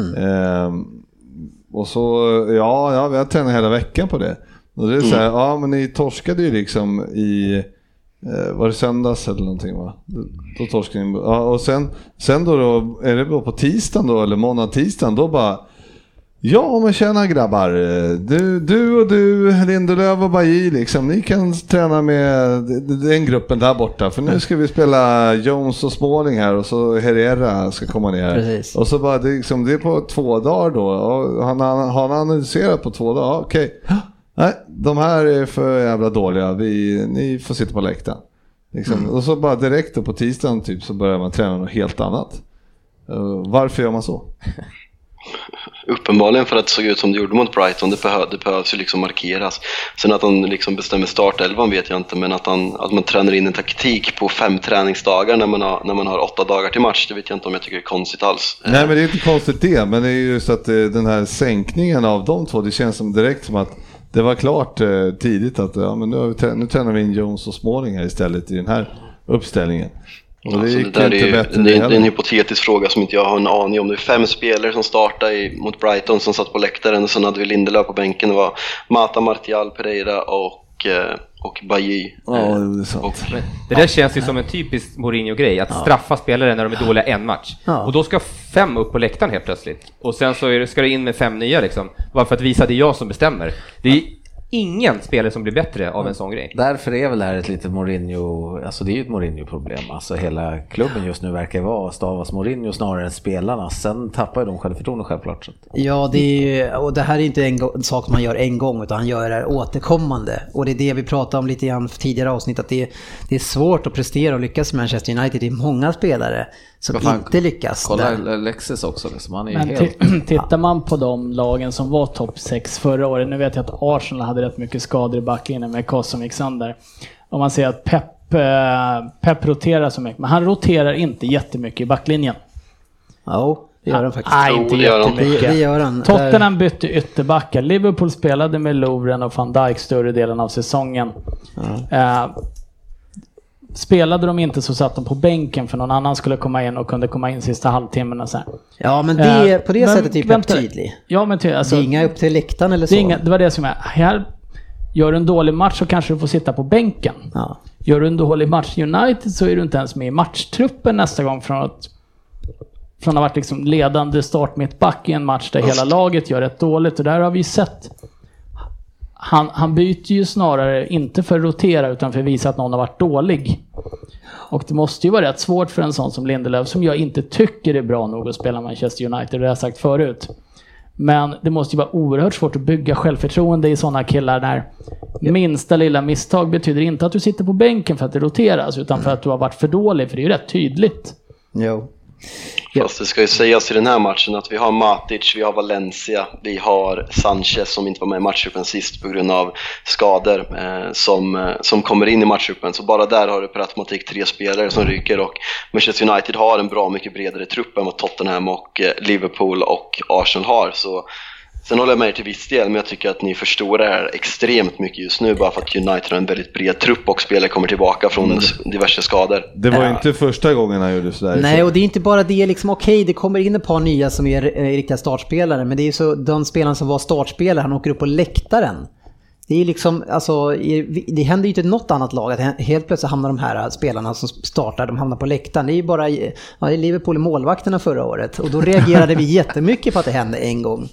Och så, ja, vi har tränat hela veckan på det. Och det är så här, men ni torskade ju liksom i, var det söndags eller någonting va? Då torskade ni, och sen då är det på tisdagen då, eller måndag-tisdagen, då bara, ja men tjena grabbar, du och du, Lindelöf och Bajy liksom, ni kan träna med den gruppen där borta, för nu ska vi spela Jones och Smalling här och så Herrera ska komma ner. Precis. Och så bara, det är på 2 dagar då, och han har analyserat på 2 dagar, okej. Nej, de här är för jävla dåliga, ni får sitta på läktaren liksom. Och så bara direkt då på tisdagen typ så börjar man träna något helt annat. Varför gör man så? Uppenbarligen för att det såg ut som det gjorde mot Brighton. Det behövs ju liksom markeras. Sen att han liksom bestämmer startelvan vet jag inte, men att man tränar in en taktik på 5 träningsdagar när man har 8 dagar till match, det vet jag inte om jag tycker är konstigt alls. Nej, men det är inte konstigt det, men det är ju så att den här sänkningen av de två, det känns som direkt som att det var klart tidigt att men nu tränar vi in Jones och Smalling här istället i den här uppställningen. Och det gick inte bättre. Det är en hypotetisk fråga som inte jag har en aning om. Det är 5 spelare som startade mot Brighton som satt på läktaren, och sen hade vi Lindelöf på bänken. Det var Mata, Martial, Pereira och Bajy. Det där känns ju som en typisk Mourinho-grej, att straffa spelare när de är dåliga en match. Och då ska 5 upp på läktaren helt plötsligt. Och sen så ska det in med 5 nya liksom. Bara för att visa att det är jag som bestämmer. Det är ingen spelare som blir bättre av en sån grej. Därför är väl det här ett litet Mourinho, alltså det är ju ett Mourinho-problem. Alltså hela klubben just nu verkar vara stavas Mourinho snarare än spelarna. Sen tappar ju de självförtroende självklart. Ja, och det här är inte en sak man gör en gång, utan han gör det här återkommande. Och det är det vi pratade om lite grann tidigare avsnitt, att det är svårt att prestera och lyckas med Manchester United. Det är många spelare som inte lyckas. Kolla Alexis också. Liksom. Han är men helt... tittar man på de lagen som var topp 6 förra året, nu vet jag att Arsenal hade rätt mycket skador i backlinjen med Koss som gick sönder. Om man ser att Pep roterar så mycket, men han roterar inte jättemycket i backlinjen. Ja, det gör han faktiskt. Nej, inte jättemycket. Det gör han. Tottenham bytte ytterbackar. Liverpool spelade med Lovren och Van Dijk större delen av säsongen. Spelade de inte så satt de på bänken för någon annan skulle komma in och kunde komma in sista halvtimmen och så här. Ja, men det på det sättet är Pep tydlig. Ja, men alltså, det är inga upp till läktaren eller så. Det var det som är. Här gör du en dålig match så kanske du får sitta på bänken. Ja. Gör du en dålig match i United så är du inte ens med i matchtruppen nästa gång från att ha varit liksom ledande start mittback i en match där hela laget gör rätt dåligt, och där har vi ju sett. Han byter ju snarare inte för att rotera utan för att visa att någon har varit dålig. Och det måste ju vara rätt svårt för en sån som Lindelöf, som jag inte tycker är bra nog att spela Manchester United, det har jag sagt förut. Men det måste ju vara oerhört svårt att bygga självförtroende i sådana killar när minsta lilla misstag betyder inte att du sitter på bänken för att det roteras, utan för att du har varit för dålig, för det är ju rätt tydligt. Jo. Fast det ska ju sägas i den här matchen att vi har Matic, vi har Valencia, vi har Sanchez som inte var med i matchtruppen sist på grund av skador som kommer in i matchtruppen. Så bara där har du per automatik 3 spelare som ryker, och Manchester United har en bra mycket bredare trupp än vad Tottenham och Liverpool och Arsenal har. Så sen håller jag med er till viss del, men jag tycker att ni förstorar det här extremt mycket just nu bara för att United har en väldigt bred trupp och spelare kommer tillbaka från diverse skador. Det var inte första gången han gjorde sådär. Nej, och det är inte bara det liksom, okej, det kommer in ett par nya som är riktiga startspelare, men det är så de spelarna som var startspelare, han åker upp på läktaren. Det är liksom, alltså, det händer ju inte något annat lag att helt plötsligt hamnar de här spelarna som startar, de hamnar på läktaren. Det är ju bara i Liverpool i målvakterna förra året, och då reagerade vi jättemycket på att det hände en gång.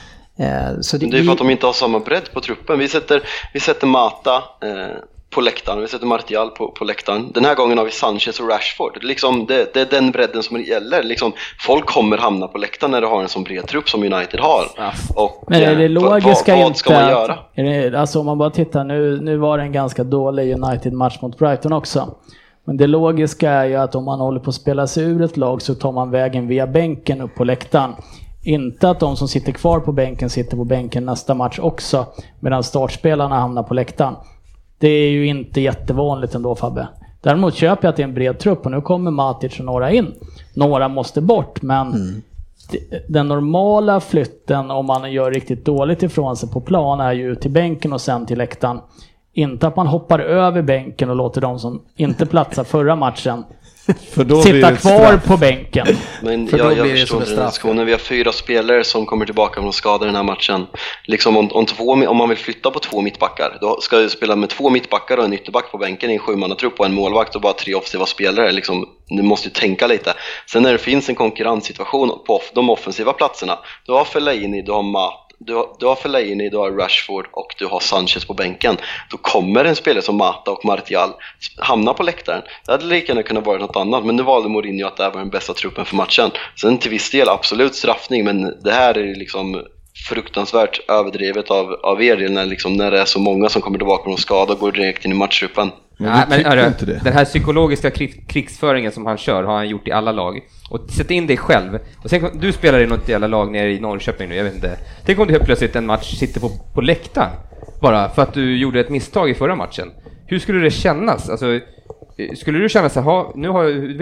Så det är för att de inte har samma bredd på truppen. Vi sätter Mata på läktaren, vi sätter Martial på läktaren. Den här gången har vi Sanchez och Rashford. Det är den bredden som gäller. Liksom, folk kommer hamna på läktaren när du har en sån bred trupp som United har. Och, men är det logiska vad ska man göra? Alltså om man bara tittar, nu var det en ganska dålig United-match mot Brighton också. Men det logiska är ju att om man håller på att spela sig ur ett lag så tar man vägen via bänken upp på läktaren. Inte att de som sitter kvar på bänken sitter på bänken nästa match också, medan startspelarna hamnar på läktaren. Det är ju inte jättevanligt ändå, Fabbe. Däremot köper jag att det är en bred trupp, och nu kommer Matic och några in. Några måste bort, men den normala flytten om man gör riktigt dåligt ifrån sig på plan är ju till bänken och sen till läktaren. Inte att man hoppar över bänken och låter de som inte platsar förra matchen sitta kvar på bänken. Men jag förstår den diskussionen. Vi har 4 spelare som kommer tillbaka från skador den här matchen. Liksom om man vill flytta på 2 mittbackar, då ska du spela med 2 mittbackar och en ytterback på bänken i en 7-mannatrupp och en målvakt och bara 3 offensiva spelare. Liksom, du måste ju tänka lite. Sen när det finns en konkurrenssituation på de offensiva platserna, du har Fellaini, du har du har Fellaini, du har Rashford och du har Sanchez på bänken. Då kommer en spelare som Mata och Martial hamna på läktaren. Det hade lika gärna kunnat vara något annat, men nu valde Mourinho att det här var den bästa truppen för matchen. Sen till viss del absolut straffning, men det här är liksom fruktansvärt överdrivet av er när det är så många som kommer tillbaka från skada och går direkt in i matchtruppen. Men den här psykologiska krigsföringen som han kör har han gjort i alla lag. Och sätt in dig själv. Och sen, du spelar i något jävla lag nere i Norrköping nu, jag vet inte. Tänk om du helt plötsligt en match sitter på läktaren bara för att du gjorde ett misstag i förra matchen. Hur skulle det kännas? Alltså, skulle du känna så här, nu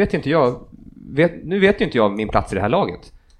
vet inte jag min plats i det här laget.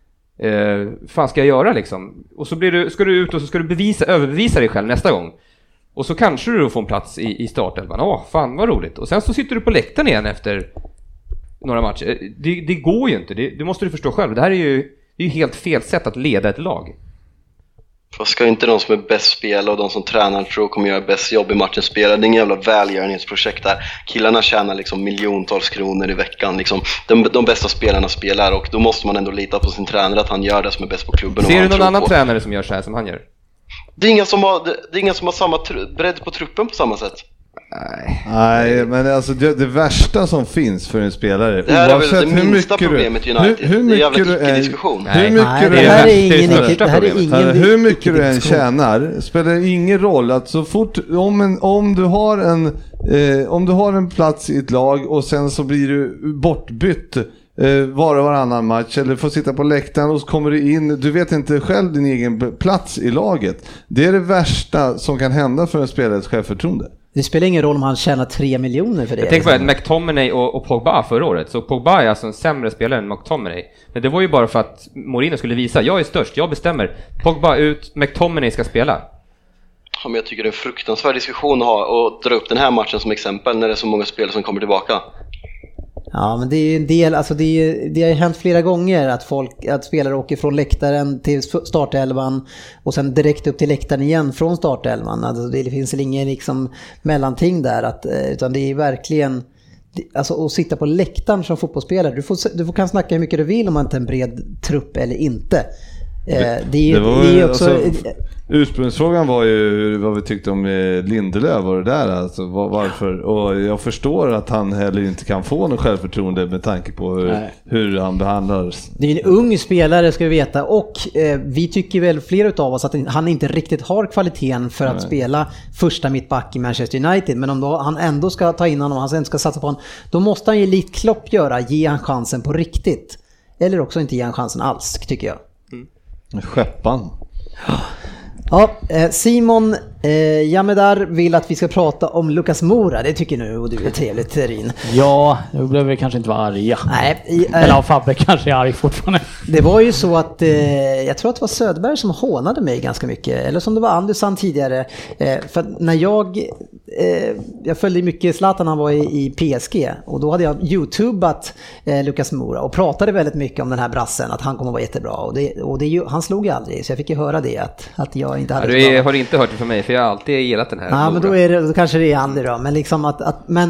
Fan ska jag göra liksom? Och så ska du ut och så ska du överbevisa dig själv nästa gång. Och så kanske du får en plats i startelvan. Fan vad roligt. Och sen så sitter du på läktaren igen efter några matcher. Det går ju inte. Det måste du förstå själv. Det här är ju helt fel sätt att leda ett lag. För ska inte de som är bäst spela och de som tränar tror kommer göra bäst jobb i matchen spela? Det är en jävla välgörenhetsprojekt där. Killarna tjänar liksom miljontals kronor i veckan. Liksom. De bästa spelarna spelar, och då måste man ändå lita på sin tränare att han gör det som är bäst på klubben. Ser du någon annan tränare som gör så här som han gör? Det är inga som har samma bredd på truppen på samma sätt. Nej, men alltså det värsta som finns för en spelare, det här är väl det minsta problemet i United. Hur mycket det är diskussion. Hur mycket du än tjänar spelar ingen roll att så fort om du har en plats i ett lag och sen så blir du bortbytt varannan match eller får sitta på läktaren och så kommer du in, du vet inte själv din egen plats i laget. Det är det värsta som kan hända för en spelares självförtroende. Det spelar ingen roll om han tjänar 3 miljoner för det. Jag tänker på att McTominay och Pogba förra året. Så Pogba är alltså en sämre spelare än McTominay. Men det var ju bara för att Mourinho skulle visa, jag är störst, jag bestämmer. Pogba ut, McTominay ska spela. Ja, men jag tycker det är en fruktansvärd diskussion att ha och dra upp den här matchen som exempel när det är så många spelare som kommer tillbaka. Ja, men det är ju en del, alltså det har ju hänt flera gånger att spelare åker från läktaren till startelvan och sen direkt upp till läktaren igen från startelvan. Alltså det finns ingen liksom mellanting där, utan det är verkligen, alltså att sitta på läktaren som fotbollsspelare, du kan snacka hur mycket du vill om man inte är en bred trupp eller inte. Det är också... Ursprungsfrågan var ju vad vi tyckte om Lindelöf och det där, alltså varför, och jag förstår att han heller inte kan få någon självförtroende med tanke på hur han behandlas. Det är en ung spelare ska vi veta, och vi tycker väl flera utav oss att han inte riktigt har kvaliteten för att spela första mittback i Manchester United, men om då han ändå ska ta in honom och han sen ska satsa på honom, då måste han ju likt Klopp ge han chansen på riktigt. eller också inte ge han chansen alls, tycker jag. Skeppan. Ja, Simon Jamedar vill att vi ska prata om Lucas Moura. Det tycker nu och du är trevligt, Rin. Ja, då behöver vi kanske inte vara arga. Nej, eller Fabbe kanske är arg fortfarande. Det var ju så att jag tror att det var Söderberg som hånade mig ganska mycket. Eller som det var Andersson tidigare. För när jag följde mycket Zlatan, han var i PSG. Och då hade jag YouTubat Lucas Moura och pratade väldigt mycket om den här brassen. Att han kommer att vara jättebra. Och han slog ju aldrig. Så jag fick ju höra det. Att jag inte hade du har inte hört det för mig, för jag har alltid gillat den här. Ja, men då kanske det är aldrig då. Men liksom men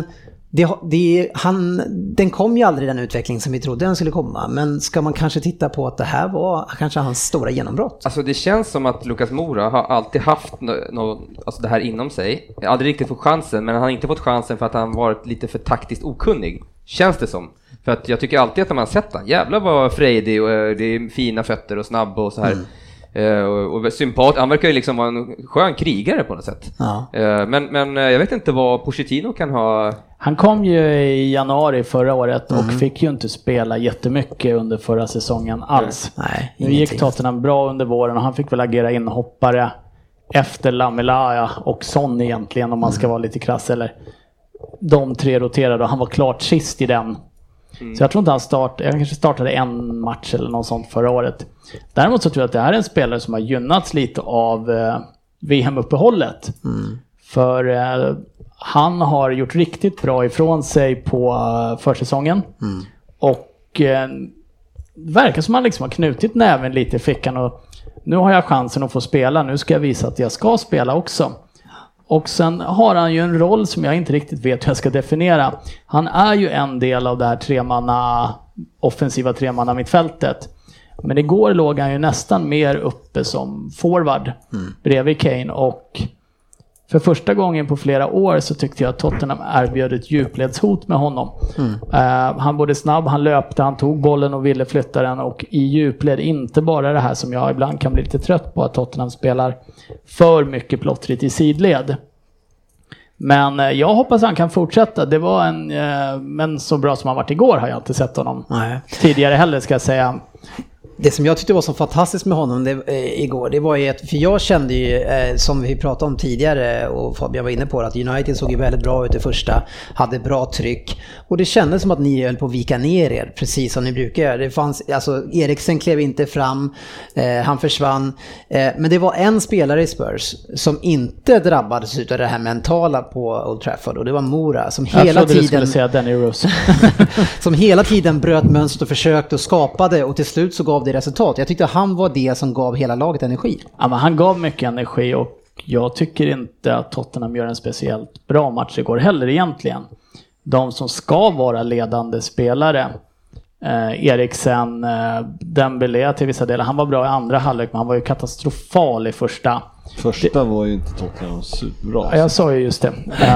den kom ju aldrig den utveckling som vi trodde den skulle komma. Men ska man kanske titta på att det här var kanske hans stora genombrott? Alltså det känns som att Lucas Moura har alltid haft alltså det här inom sig. Aldrig riktigt fått chansen, men han har inte fått chansen för att han varit lite för taktiskt okunnig. Känns det som. För att jag tycker alltid att när man sett han, jävlar vad frejdig och det är fina fötter och snabb och så här. Och sympatisk. Han verkar ju liksom vara en skön krigare på något sätt. Ja. Men jag vet inte vad Pochettino kan ha. Han kom ju i januari förra året och fick ju inte spela jättemycket under förra säsongen alls. Nej, nu gick Tottenham bra under våren och han fick väl agera inhoppare efter Lamela och Son egentligen, om man ska vara lite krass. Eller de tre roterade och han var klart sist i den. Så jag tror inte han kanske startade en match eller något sånt förra året. Däremot så tror jag att det här är en spelare som har gynnats lite av VM-uppehållet. För han har gjort riktigt bra ifrån sig på försäsongen. Och verkar som han liksom har knutit näven lite i fickan. Och nu har jag chansen att få spela. Nu ska jag visa att jag ska spela också. Och sen har han ju en roll som jag inte riktigt vet hur jag ska definiera. Han är ju en del av det här offensiva tremanna mittfältet. Men igår låg han ju nästan mer uppe som forward bredvid Kane. Och för första gången på flera år så tyckte jag att Tottenham erbjöd ett djupledshot med honom. Han både snabb, han löpte, han tog bollen och ville flytta den. Och i djupled, inte bara det här som jag ibland kan bli lite trött på, att Tottenham spelar för mycket plottrigt i sidled. Men jag hoppas han kan fortsätta. Det var men så bra som han varit igår har jag inte sett honom tidigare heller, ska jag säga. Det som jag tyckte var så fantastiskt med honom igår, det var ju att, för jag kände ju, som vi pratade om tidigare och Fabian var inne på, att United såg ju väldigt bra ut i första, hade bra tryck och det kändes som att ni höll på att vika ner er, precis som ni brukar göra. Det fanns, alltså Eriksen klev inte fram, han försvann, men det var en spelare i Spurs som inte drabbades utav det här mentala på Old Trafford, och det var Moura som hela tiden säga Danny Rose. som hela tiden bröt mönstret och försökte och skapade, och till slut så gav det resultat. Jag tyckte han var det som gav hela laget energi. Ja, men han gav mycket energi och jag tycker inte att Tottenham gör en speciellt bra match igår heller egentligen. De som ska vara ledande spelare, Eriksen, Dembélé till vissa delar, han var bra i andra halvlek, men han var ju katastrofal i första. Första var ju inte Tottenham superbra. Ja, jag sa ju just det.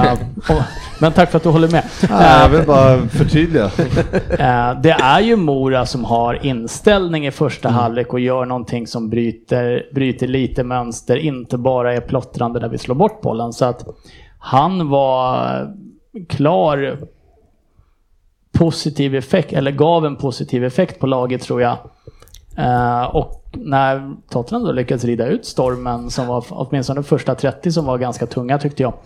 Men tack för att du håller med. Jag vill bara förtydliga. Det är ju Moura som har inställning i första halvlek och gör någonting som bryter lite mönster, inte bara är plottrande där vi slår bort bollen. Så att han var klar positiv effekt, eller gav en positiv effekt på laget, tror jag. Och när Tottenham då lyckades rida ut stormen, som var åtminstone de första 30 som var ganska tunga, tyckte jag.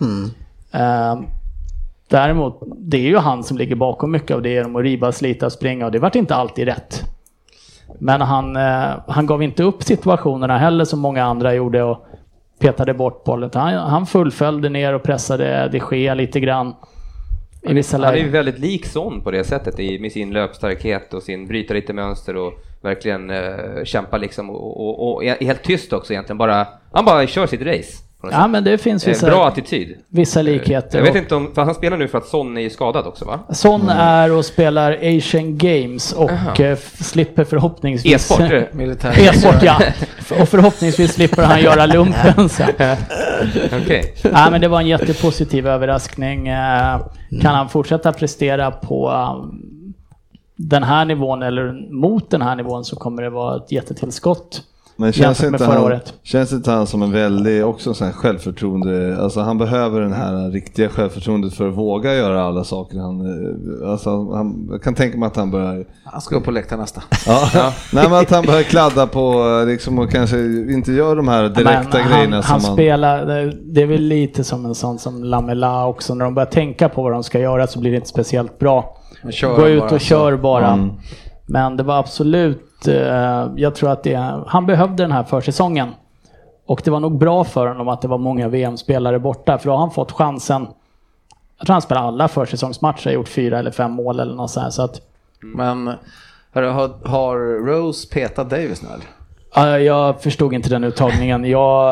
Däremot, det är ju han som ligger bakom mycket av det, om att riba, slita, springa, och det vart inte alltid rätt. Men han gav inte upp situationerna heller som många andra gjorde och petade bort bollen. Han fullföljde ner och pressade det sker lite grann. Han är ju väldigt lik Son på det sättet, med sin löpstarkhet och sin bryta lite mönster och verkligen kämpa liksom och är helt tyst också egentligen, han bara kör sitt race. Ja, men det finns bra attityd. Vissa likheter. Jag vet inte för han spelar nu för att Son är skadad också, va? Son är och spelar Asian Games och slipper förhoppningsvis e-sport, militär. E-sport, ja. Och förhoppningsvis slipper han göra lumpen sen. Okej. Ja, men det var en jättepositiv överraskning. Kan han fortsätta prestera på den här nivån eller mot den här nivån, så kommer det vara ett jättetillskott Men känns inte han som en väldigt också sån här självförtroende, alltså han behöver den här riktiga självförtroendet för att våga göra alla saker jag kan tänka mig att han ska upp på läktaren nästa. Ja. Nej, men att han börjar kladda på liksom, och kanske inte gör de här direkta grejerna han spelar, det är väl lite som en sån som Lamela också, när de börjar tänka på vad de ska göra så blir det inte speciellt bra. Gå ut och kör bara. Men det var absolut, jag tror att han behövde den här försäsongen. Och det var nog bra för honom att det var många VM-spelare borta. För då har han fått chansen. Jag tror han spelar alla försäsongsmatcher, gjort 4 eller 5 mål eller något sånt. Så att, men har Rose petat Davis nu eller? Jag förstod inte den uttagningen.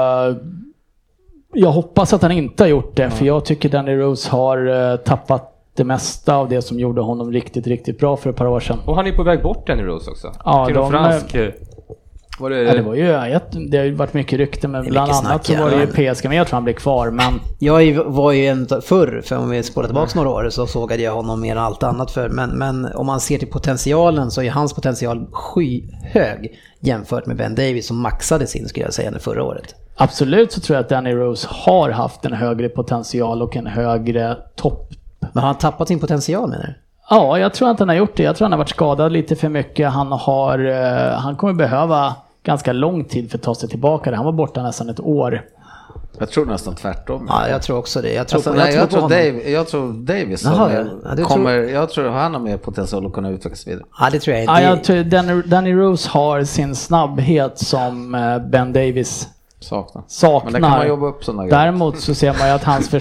Jag hoppas att han inte har gjort det. För jag tycker Danny Rose har tappat det mesta av det som gjorde honom riktigt, riktigt bra för ett par år sedan. Och han är på väg bort, Danny Rose också. Ja, till fransk... det var ju det har ju varit mycket rykte, men bland annat så var det ju PSG, men jag tror han blir kvar. Men jag var ju förr, för om vi spårar tillbaka några år så sågade jag honom mer än allt annat för. Men om man ser till potentialen så är hans potential skyhög jämfört med Ben Davis som maxade sin, skulle jag säga, förra året. Absolut, så tror jag att Danny Rose har haft en högre potential och en högre topp. Men har han tappat sin potential med det? Ja, jag tror att han har gjort det. Jag tror han har varit skadad lite för mycket. Han kommer behöva ganska lång tid för att ta sig tillbaka. Han var borta nästan ett år. Jag tror nästan tvärtom. Ja, jag tror också det. Jag tror Davis jag tror han har mer potential att kunna utvecklas vidare. Ja, det tror jag inte. Ja, jag tror Danny Rose har sin snabbhet som Ben Davis saknar. Men det kan man jobba upp sådana grejer. Däremot så ser man ju att hans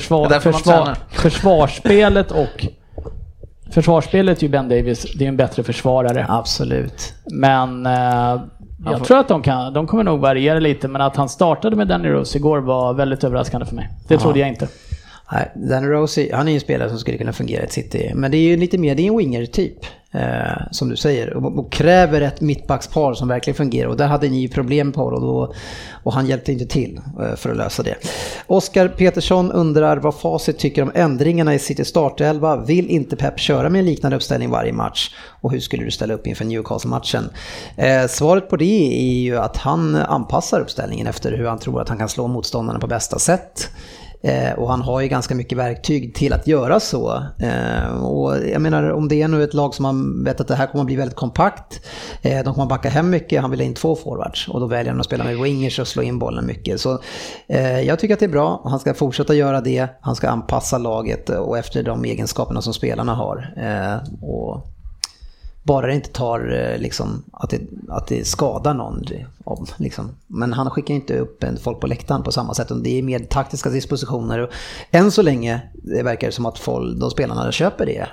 försvarsspelet är ju Ben Davis, det är en bättre försvarare. Absolut. Men jag tror att de kommer nog variera lite, men att han startade med Danny Rose igår var väldigt överraskande för mig. Det trodde jag inte. Nej, Danny Rose, han är ju en spelare som skulle kunna fungera i ett City. Men det är ju lite mer, det är en winger-typ. Som du säger. Och kräver ett mittbackspar som verkligen fungerar. Och där hade ni problem på det. Och han hjälpte inte till för att lösa det. Oskar Petersson undrar vad Facit tycker om ändringarna i City startelva. Vill inte Pep köra med en liknande uppställning varje match? Och hur skulle du ställa upp inför Newcastle-matchen? Svaret på det är ju att han anpassar uppställningen efter hur han tror att han kan slå motståndarna på bästa sätt. Och han har ju ganska mycket verktyg till att göra så. Och jag menar, om det är nu ett lag som man vet att det här kommer att bli väldigt kompakt, de kommer att backa hem mycket, han vill in 2 forwards och då väljer han att spela med wingers och slå in bollen mycket. Så jag tycker att det är bra, han ska fortsätta göra det, han ska anpassa laget och efter de egenskaperna som spelarna har. Och bara det inte tar liksom, att det skadar någon liksom. Men han skickar inte upp folk på läktaren på samma sätt. Det är mer taktiska dispositioner och än så länge det verkar det som att de spelarna köper det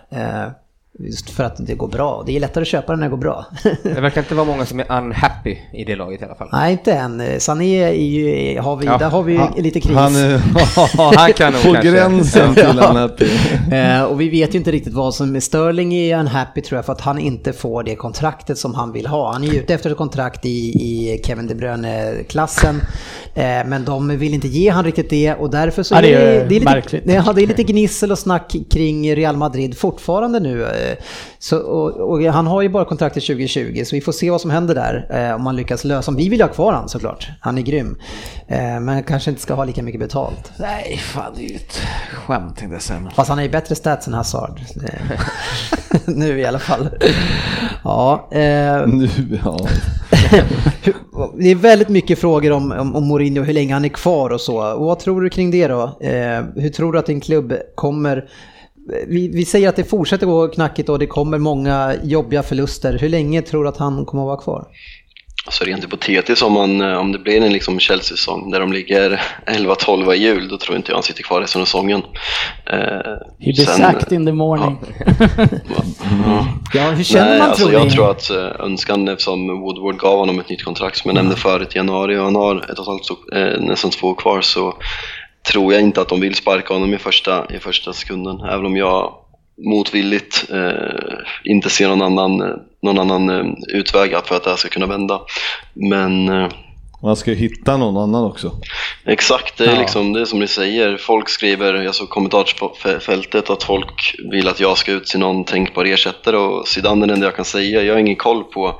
just för att det går bra. Det är lättare att köpa när det går bra. Det verkar inte vara många som är unhappy i det laget i alla fall. Nej, inte än. Sané där har vi lite kris. Han kan nog på gränsen till unhappy. Och vi vet ju inte riktigt vad som är Sterling är unhappy, tror jag, för att han inte får det kontraktet som han vill ha. Han är ute efter ett kontrakt i Kevin De Bruyne-klassen. Men de vill inte ge han riktigt det och därför så det är lite gnissel och snack kring Real Madrid fortfarande nu. Så, och han har ju bara kontrakt till 2020 så vi får se vad som händer där om man lyckas lösa. Vi vill ha kvar han såklart, han är grym, men kanske inte ska ha lika mycket betalt. Nej, fan, det är ju ett skämt tänkte jag säga. Fast han har ju bättre stats än Hazard nu i alla fall. Ja, det är väldigt mycket frågor om Mourinho, hur länge han är kvar och så. Och vad tror du kring det då? Hur tror du att en klubb kommer... Vi säger att det fortsätter gå knackigt och det kommer många jobbiga förluster. Hur länge tror du att han kommer att vara kvar? Alltså rent hypotetiskt om det blir en liksom Chelsea-säsong där de ligger 11-12 i jul, då tror inte jag han sitter kvar resten av säsongen. He be sacked in the morning. Ja, hur känner man tror jag tror att önskan, eftersom Woodward gav honom ett nytt kontrakt som jag nämnde förut i januari och han har nästan 2 kvar, så tror jag inte att de vill sparka honom i första sekunden, även om jag motvilligt inte ser någon annan utväg för att det här ska kunna vända. Men man ska hitta någon annan också. Exakt, det är liksom det som ni säger. Folk skriver, jag såg kommentarsfältet att folk vill att jag ska utse någon tänkbar ersättare, och Zidane är det enda jag kan säga. Jag har ingen koll på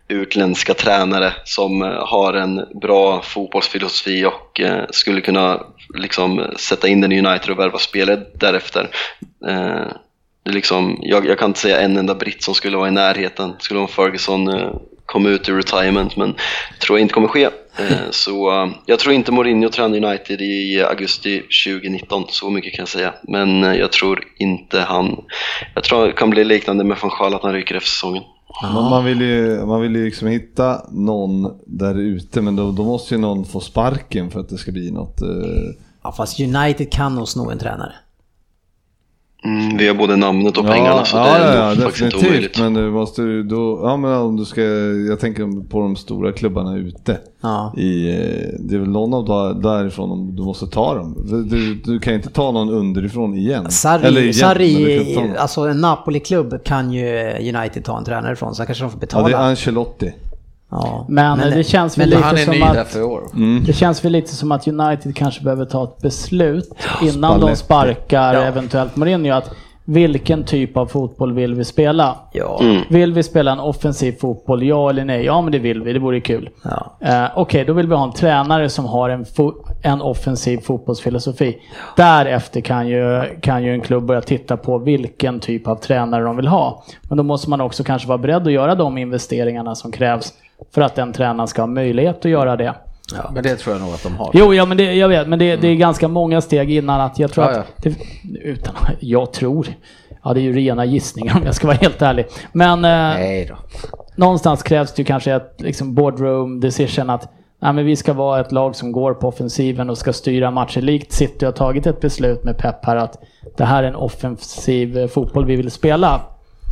utländska tränare som har en bra fotbollsfilosofi och skulle kunna liksom sätta in den i United och värva spelet därefter. Det är liksom, jag kan inte säga en enda britt som skulle vara i närheten. Skulle om Ferguson kom ut i retirement, men tror jag inte kommer ske. Så jag tror inte Mourinho tränar United i augusti 2019, så mycket kan jag säga. Men jag tror inte jag tror det kan bli liknande med Van Gaal, att han ryker efter säsongen. Man vill ju liksom hitta någon där ute, men då måste ju någon få sparken för att det ska bli något. Ja, fast United kan nog sno en tränare. Vi har både namnet och pengarna, så det är faktiskt inte omöjligt. Men du måste då, men om du ska, jag tänker på de stora klubbarna ute. Ja. Det är väl någon av därifrån du måste ta dem. Du kan inte ta någon underifrån igen. Sarri, alltså en Napoli-klubb kan ju United ta en tränare ifrån, så kanske de får betala. Ja, det är Ancelotti. Ja, men det känns väl lite som att det känns väl lite som att United kanske behöver ta ett beslut innan de sparkar eventuellt Mourinho, att vilken typ av fotboll vill vi spela? Vill vi spela en offensiv fotboll, ja eller nej? Ja, men det vill vi, det vore kul. Okej, då vill vi ha en tränare som har en offensiv fotbollsfilosofi. Därefter kan ju en klubb börja titta på vilken typ av tränare de vill ha. Men då måste man också kanske vara beredd att göra de investeringarna som krävs för att den tränaren ska ha möjlighet att göra det. Ja, men det tror jag nog att de har. Jo, men jag vet, men det är ganska många steg innan att jag tror det är ju rena gissningar om jag ska vara helt ärlig. Men nej då. Någonstans krävs det ju kanske ett liksom boardroom decision att men vi ska vara ett lag som går på offensiven och ska styra matcher. Likt City har tagit ett beslut med Pep här att det här är en offensiv fotboll vi vill spela.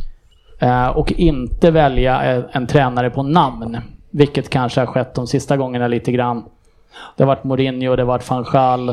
Och inte välja en tränare på namn, vilket kanske har skett de sista gångerna lite grann. Det har varit Mourinho, det har varit Van Gaal.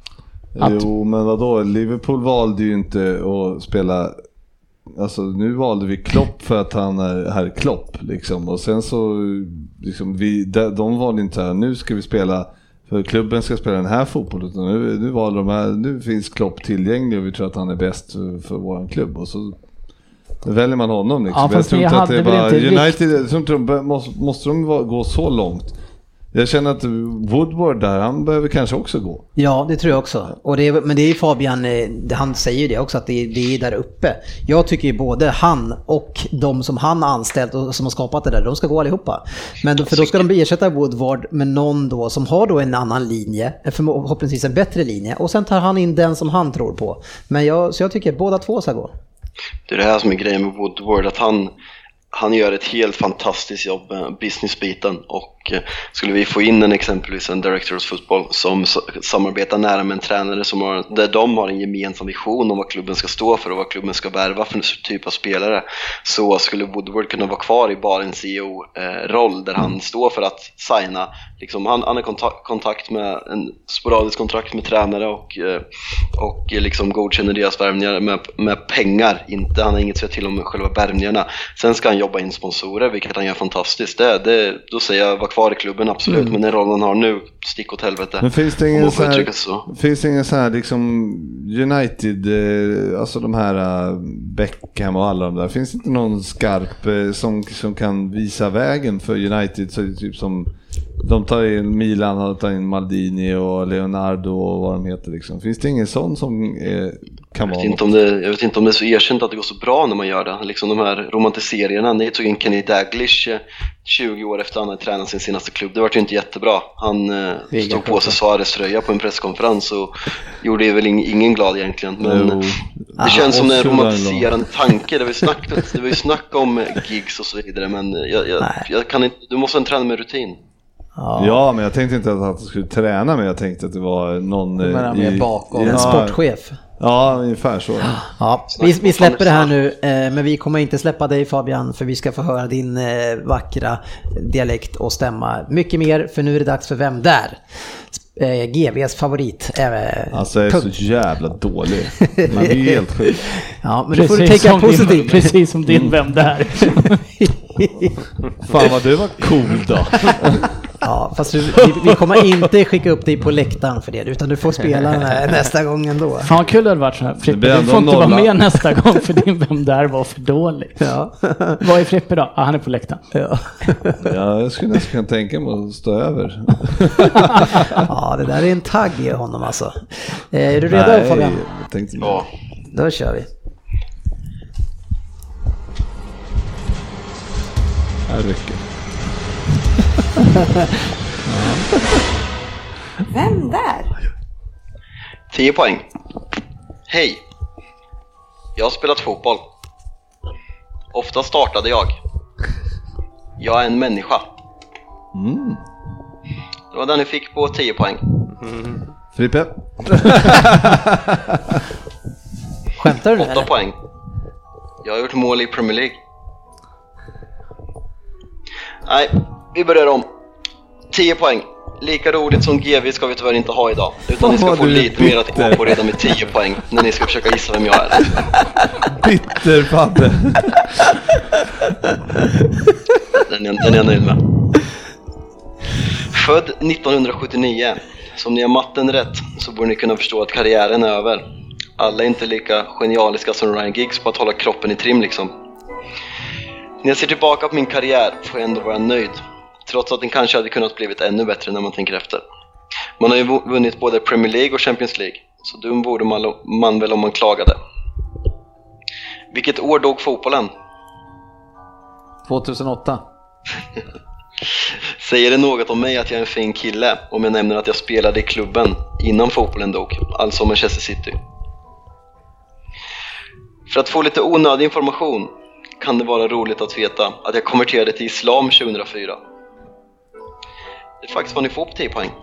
Jo, men vadå? Liverpool valde ju inte att spela. Alltså nu valde vi Klopp för att han är här Klopp liksom. Och sen så liksom, de valde inte här, nu ska vi spela för klubben ska spela den här fotbollen. Nu valde de här, nu finns Klopp tillgänglig och vi tror att han är bäst för våran klubb. Och så väljer man honom liksom. Ja, jag tror inte att det var United, måste de gå så långt. Jag känner att Woodward där, han behöver kanske också gå. Ja, det tror jag också. Men det är ju Fabian, han säger ju det också, att det är där uppe. Jag tycker ju både han och de som han har anställt och som har skapat det där, de ska gå allihopa. Men då ska de ersätta Woodward med någon då som har då en annan linje, förhoppningsvis en bättre linje. Och sen tar han in den som han tror på. Så jag tycker att båda två ska gå. Det är det här som är grejen med Woodward, att han gör ett helt fantastiskt jobb med businessbiten, och skulle vi få in exempelvis en director of football som samarbetar nära med en tränare där de har en gemensam vision om vad klubben ska stå för och vad klubben ska värva för en typ av spelare, så skulle Woodward kunna vara kvar i bara en CEO-roll där han står för att signa. Liksom, han är kontakt med en sporadisk kontrakt med tränare och liksom godkänner deras värvningar med pengar. Han har inget att säga till om själva värvningarna. Sen ska han jobba in sponsorer, vilket han gör fantastiskt. Då säger jag, var kvar i klubben, absolut. Men den rollen han har nu, stick åt helvete. Men finns det ingen så här liksom United, alltså de här Beckham och alla de där, finns det inte någon skarp som kan visa vägen för United, så typ som de tar in Milan, har tagit in Maldini och Leonardo och vad de heter liksom. Finns det ingen sån som kan vara? Jag vet inte om det är så erkänt att det går så bra när man gör det. Liksom de här romantiserierna, ni tog in Kenny Dalglish 20 år efter han hade tränat sin senaste klubb. Det var ju inte jättebra. Han stod på sig Suarez tröja på en presskonferens och gjorde väl ingen glad egentligen. Men det känns som en romantiserande tanke. Det var ju snack om gigs och så vidare, men jag kan inte, du måste träna med rutin. Ja, men jag tänkte inte att han skulle träna, men jag tänkte att det var någon en sportchef. Ja, ungefär så. Ja, vi släpper det här nu, men vi kommer inte släppa dig, Fabian, för vi ska få höra din vackra dialekt och stämma mycket mer, för nu är det dags för Vem där? GVs favorit. Alltså är så jävla dålig. Man är helt sjukt. Ja, men du får tänka positivt. Precis som din Vem där? Fan vad du var cool då. Ja, fast vi kommer inte skicka upp dig på läktaren för det, utan du får spela nästa gång ändå. Fan kul det hade varit så här. Frippe, du får inte vara med nästa gång för din Vem där var för dålig. Ja. Vad är Frippe då? Han är på läktaren. Ja, jag skulle nästan kunna tänka mig att stå över. Ja, det där är en tagg i honom alltså. Är du redo, Fabian? Ja. Då kör vi. Jag rycker. Vem där? 10 poäng. Hej. Jag har spelat fotboll. Ofta startade jag. Jag är en människa. Det var den ni fick på 10 poäng. Frippe. Skämtar du? 8 poäng. Jag har gjort mål i Premier League. Nej, vi börjar om. 10 poäng. Lika roligt som GV ska vi tyvärr inte ha idag. Utan ni ska få lite mer att gå på redan med 10 poäng. När ni ska försöka gissa vem jag är. Bitterpadde. Den är jag nöjd med. Född 1979. Som ni har matten rätt så borde ni kunna förstå att karriären är över. Alla är inte lika genialiska som Ryan Giggs på att hålla kroppen i trim liksom. När jag ser tillbaka på min karriär får jag ändå vara nöjd. Trots att den kanske hade kunnat blivit ännu bättre när man tänker efter. Man har ju vunnit både Premier League och Champions League. Så dum borde man väl om man klagade. Vilket år dog fotbollen? 2008. Säger det något om mig att jag är en fin kille om jag nämner att jag spelade i klubben innan fotbollen dog, alltså Manchester City? För att få lite onödig information kan det vara roligt att veta att jag konverterade till islam 2004. Det är faktiskt vad ni får på 10 poäng.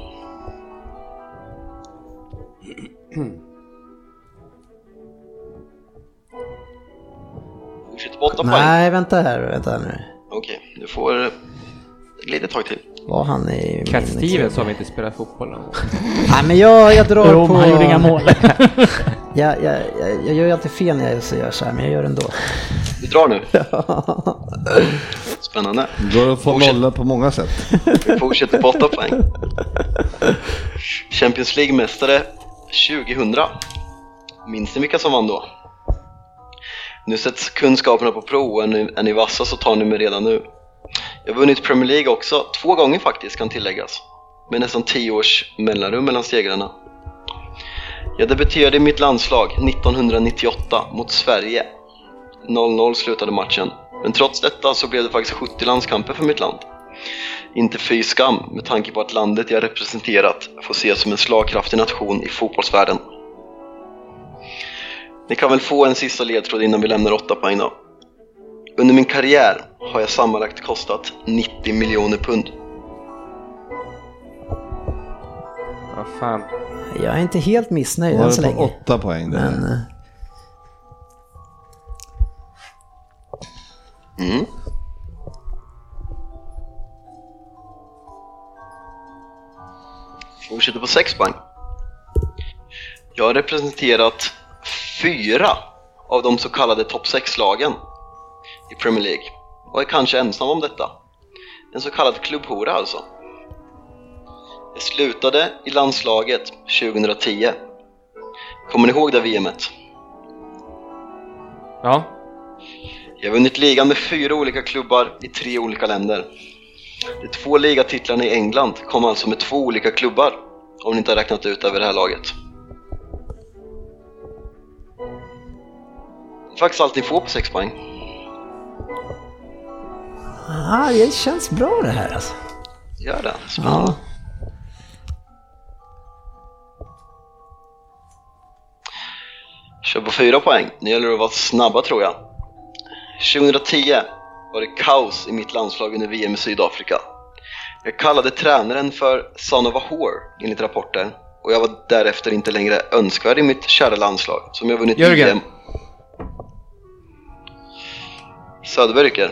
Fortsätt på 8 poäng. Nej, vänta här nu. Okej, du får ett litet tag till. Var han i Cat Stevens som inte spelar fotboll. Nej, men jag drar på... han gjorde inga mål. Jag gör ju alltid fel när jag gör så här, men jag gör det ändå. Du drar nu. Spännande. Du går att få nolla på många sätt. Vi fortsätter på 8 poäng. Champions League-mästare 2000. Minns ni vilka som vann då? Nu sätts kunskaperna på prov och är ni vassa så tar ni mig redan nu. Jag har vunnit Premier League också, 2 gånger faktiskt kan tilläggas. Med nästan 10 års mellanrum mellan segrarna. Jag debuterade i mitt landslag 1998 mot Sverige. 0-0 slutade matchen. Men trots detta så blev det faktiskt 70 landskamper för mitt land. Inte fy skam med tanke på att landet jag representerat får ses som en slagkraftig nation i fotbollsvärlden. Ni kan väl få en sista ledtråd innan vi lämnar 8 poäng då. Under min karriär har jag sammanlagt kostat 90 miljoner pund. Vad fan. Jag är inte helt missnöjd än så länge. 8 poäng där. Men... Fortsätter på 6 poäng. Jag har representerat 4 av de så kallade topp 6-lagen i Premier League och är kanske ensam om detta. En så kallad klubbhora alltså. Jag slutade i landslaget 2010. Kommer ni ihåg det VM:et? Ja. Jag har vunnit ligan med 4 olika klubbar i 3 olika länder. De 2 ligatitlarna i England kom alltså med 2 olika klubbar, om ni inte har räknat ut över det här laget. Det är faktiskt allt ni får på 6 poäng. Det känns bra det här alltså. Gör det, spännande. Ja. Kör på 4 poäng. Nu gäller det att vara snabba tror jag. 2010 var det kaos i mitt landslag under VM i Sydafrika. Jag kallade tränaren för son of a whore enligt rapporten. Och jag var därefter inte längre önskvärd i mitt kära landslag som jag vunnit VM. Söderberg rycker.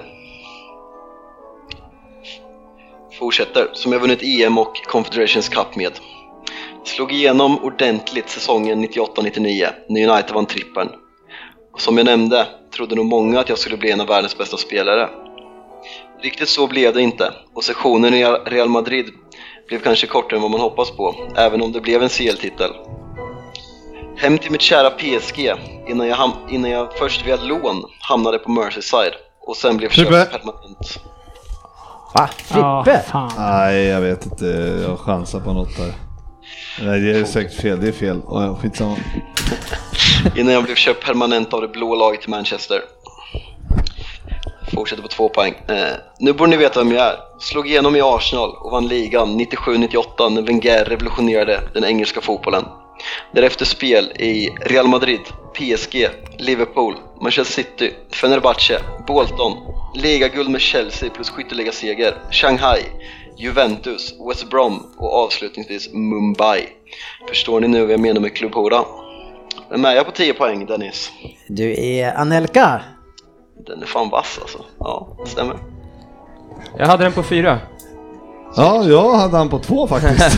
Fortsätter, som jag vunnit EM och Confederations Cup med. Slog igenom ordentligt säsongen 98-99 när United vann trippeln. Och som jag nämnde trodde nog många att jag skulle bli en av världens bästa spelare. Riktigt så blev det inte, och sessionen i Real Madrid blev kanske kortare än vad man hoppas på, även om det blev en CL-titel. Hem till mitt kära PSG innan jag först via lån hamnade på Merseyside och sen blev köpt permanent. Va? Frippe? Nej, jag vet inte. Jag chansar på något där. Nej, det är säkert fel. Det är fel. Skitsamma. Innan jag blev köpt permanent av det blå laget i Manchester. Fortsätter på 2 poäng. Nu borde ni veta vem jag är. Slog igenom i Arsenal och vann ligan 97-98 när Wenger revolutionerade den engelska fotbollen. Därefter spel i Real Madrid, PSG, Liverpool, Manchester City, Fenerbahce, Bolton, ligaguld med Chelsea plus skytteligaseger, Shanghai, Juventus, West Brom och avslutningsvis Mumbai. Förstår ni nu vad jag menar med klubbhora? Vem är jag på 10 poäng, Dennis? Du är Anelka. Den är fan vass alltså. Ja, det stämmer. Jag hade den på 4. Ja, jag hade han på 2 faktiskt.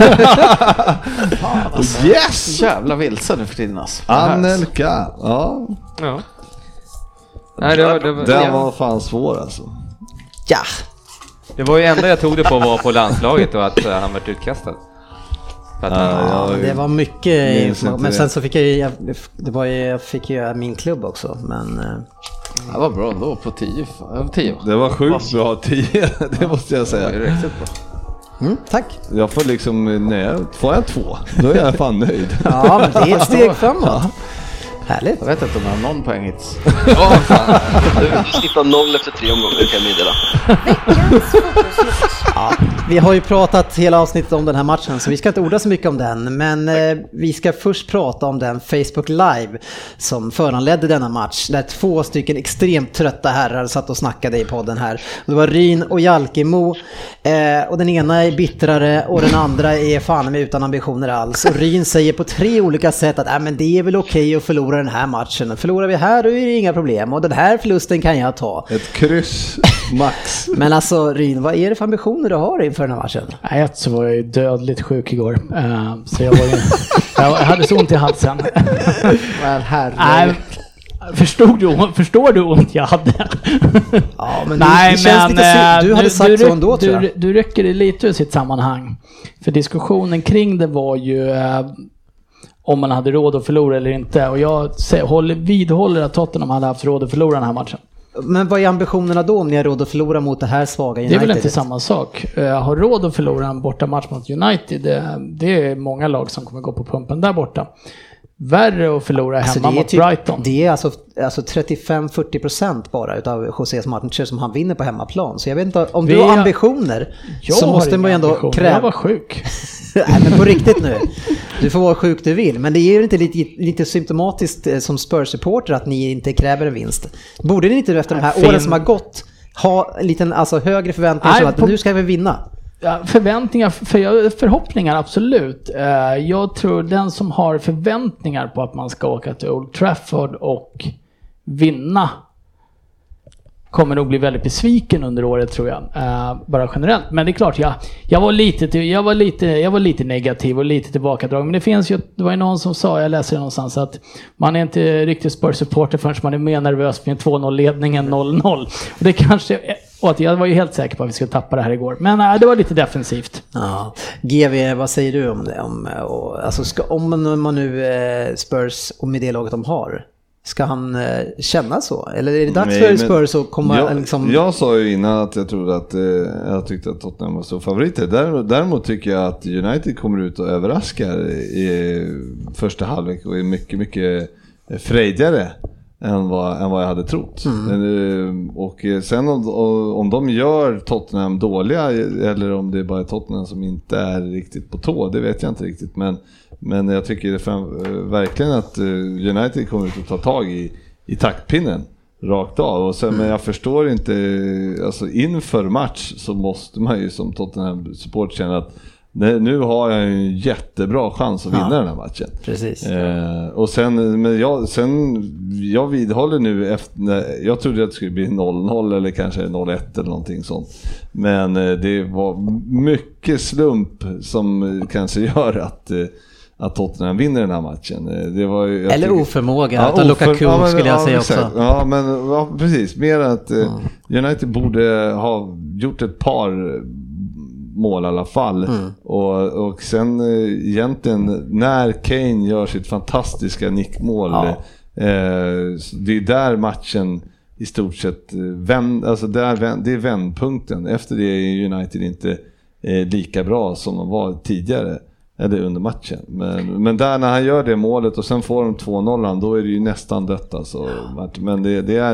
Yes! Jävla vilsa nu för tiden alltså. Anelka, ja. Nej, den var fan svår alltså. Ja. Det var ju enda jag tog det på var på landslaget och att han varit utkastad. Det var mycket, men sen så fick jag fick ju min klubb också, men det var bra ändå på 10. Det var sjukt bra 10, det måste jag säga. Det är riktigt bra. Tack. Jag får liksom, nej, får jag 2, då är jag fan nöjd. Ja, men det är ett steg framåt. Härligt. Jag vet inte om jag har någon poäng hits. Ja, fan. Du skippar 0 efter 3 omgångar, kan jag meddela. Ja, vi har ju pratat hela avsnittet om den här matchen, så vi ska inte orda så mycket om den. Men vi ska först prata om den Facebook Live som föranledde denna match. Där 2 stycken extremt trötta herrar satt och snackade i podden här. Det var Ryn och Jalkemo. Och den ena är bittrare och den andra är fan med utan ambitioner alls. Och Ryn säger på 3 olika sätt att men det är väl okej att förlora den här matchen. Förlorar vi här då är det inga problem. Och den här förlusten kan jag ta. Ett kryss, max. Men alltså Ryn, vad är det för ambitioner du har inför den här matchen? Nej, så var jag ju dödligt sjuk igår. Så jag hade så ont i halsen. Men herre. Förstår du ont jag hade? Ja, men nej, det känns lite du hade sagt så ändå, tror jag. Du rycker det lite ur sitt sammanhang. För diskussionen kring det var ju om man hade råd att förlora eller inte. Och jag vidhåller att Tottenham hade haft råd att förlora den här matchen. Men vad är ambitionerna då om ni har råd att förlora mot det här svaga United? Det är väl inte samma sak. Har råd att förlora en borta match mot United, det är många lag som kommer gå på pumpen där borta. Värre att förlora hemma mot Brighton. Det är alltså 35-40% bara utav Josés matcher som han vinner på hemmaplan. Så jag vet inte, om du har ambitioner så måste man ju ändå kräva. Jag var sjuk. Nej, men på riktigt nu. Du får vara sjuk du vill. Men det är ju inte lite symptomatiskt som Spurs-supporter att ni inte kräver en vinst. Borde ni inte efter de här åren som har gått ha en liten högre förväntningar som att nu ska vi vinna? Ja, förhoppningar absolut. Jag tror den som har förväntningar på att man ska åka till Old Trafford och vinna kommer nog bli väldigt besviken under året, tror jag. Bara generellt. Men det är klart, jag var lite negativ och lite tillbakadrag. Men det var ju någon som sa, jag läser det någonstans, att man är inte riktigt Spurs-supporter förrän man är mer nervös med en 2-0-ledning än 0-0. Och det kanske... Och att jag var ju helt säker på att vi skulle tappa det här igår. Men det var lite defensivt. Ja. GV, vad säger du om det? Om man nu Spurs och med det laget de har, ska han känna så? Eller är det dags för Spurs att komma... Jag sa ju innan att jag trodde att jag tyckte att Tottenham var så favoriter. Däremot tycker jag att United kommer ut och överraskar i första halvlek och är mycket, mycket frejdigare än vad jag hade trott. Och sen om de gör Tottenham dåliga eller om det är bara Tottenham som inte är riktigt på tå, det vet jag inte riktigt, men jag tycker verkligen att United kommer ut och ta tag i taktpinnen rakt av. Och sen, men jag förstår inte, alltså inför match så måste man ju som Tottenham support känna att nu har jag en jättebra chans att vinna den här matchen. Precis. Och sen jag vidhåller nu jag trodde att det skulle bli 0-0 eller kanske 0-1 eller någonting sånt. Men det var mycket slump som kanske gör att Tottenham vinner den här matchen. Det var ju, eller oförmåga, utan Lukaku skulle jag säga också. Ja, men precis. Mer att United borde ha gjort ett par mål i alla fall. Och sen egentligen när Kane gör sitt fantastiska nickmål, det är där matchen i stort sett det är vändpunkten. Efter det är United inte lika bra som de var tidigare eller under matchen. Men där när han gör det målet och sen får de 2-0, då är det ju nästan dött alltså. Men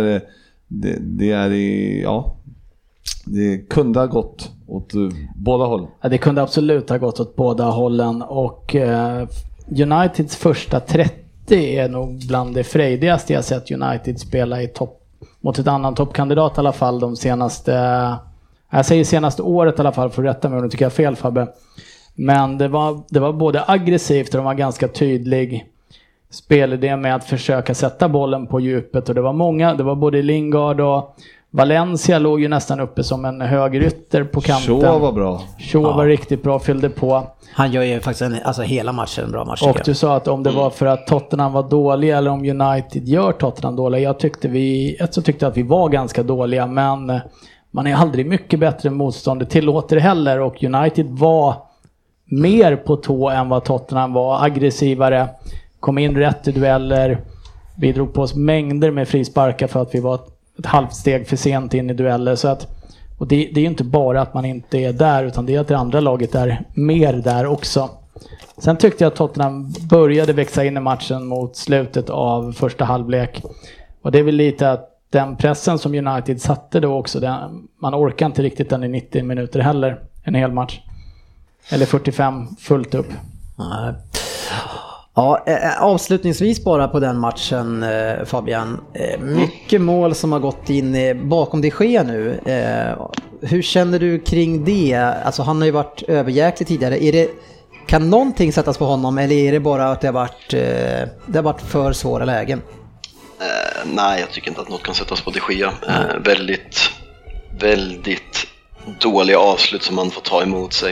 det kunde ha gått åt båda hållen. Ja, det kunde absolut ha gått åt båda hållen, och Uniteds första 30 är nog bland det frejdigaste jag sett United spela i topp mot ett annan toppkandidat i alla fall de senaste, jag säger senaste året i alla fall, för att rätta mig om du tycker jag fel, Fabbe. Men det var både aggressivt och de var ganska tydlig spelidé med att försöka sätta bollen på djupet, och det var både Lingard och Valencia låg ju nästan uppe som en högerytter på kanten. Shaw var bra. Shaw var riktigt bra, fyllde på. Han gör ju faktiskt hela matchen en bra match. Och du sa att om det var för att Tottenham var dåliga eller om United gör Tottenham dåliga. Jag tyckte att vi var ganska dåliga, men man är aldrig mycket bättre motstånd. Det tillåter det heller, och United var mer på tå än vad Tottenham var, aggressivare, kom in rätt i dueller. Vi drog på oss mängder med frisparkar för att vi var ett halvt steg för sent in i dueller. Så att, och det är ju inte bara att man inte är där, utan det är att det andra laget är mer där också. Sen tyckte jag att Tottenham började växa in i matchen mot slutet av första halvlek. Och det är väl lite att den pressen som United satte då också, man orkar inte riktigt den i 90 minuter heller, en hel match. Eller 45 fullt upp. Nej. Ja, avslutningsvis bara på den matchen, Fabian. Mycket mål som har gått in bakom det sker nu. Hur känner du kring det? Alltså han har ju varit överjäklig tidigare. Kan någonting sättas på honom, eller är det bara att det har varit för svåra lägen? Nej, jag tycker inte att något kan sättas på De Gea. Väldigt, väldigt dåliga avslut som man får ta emot sig.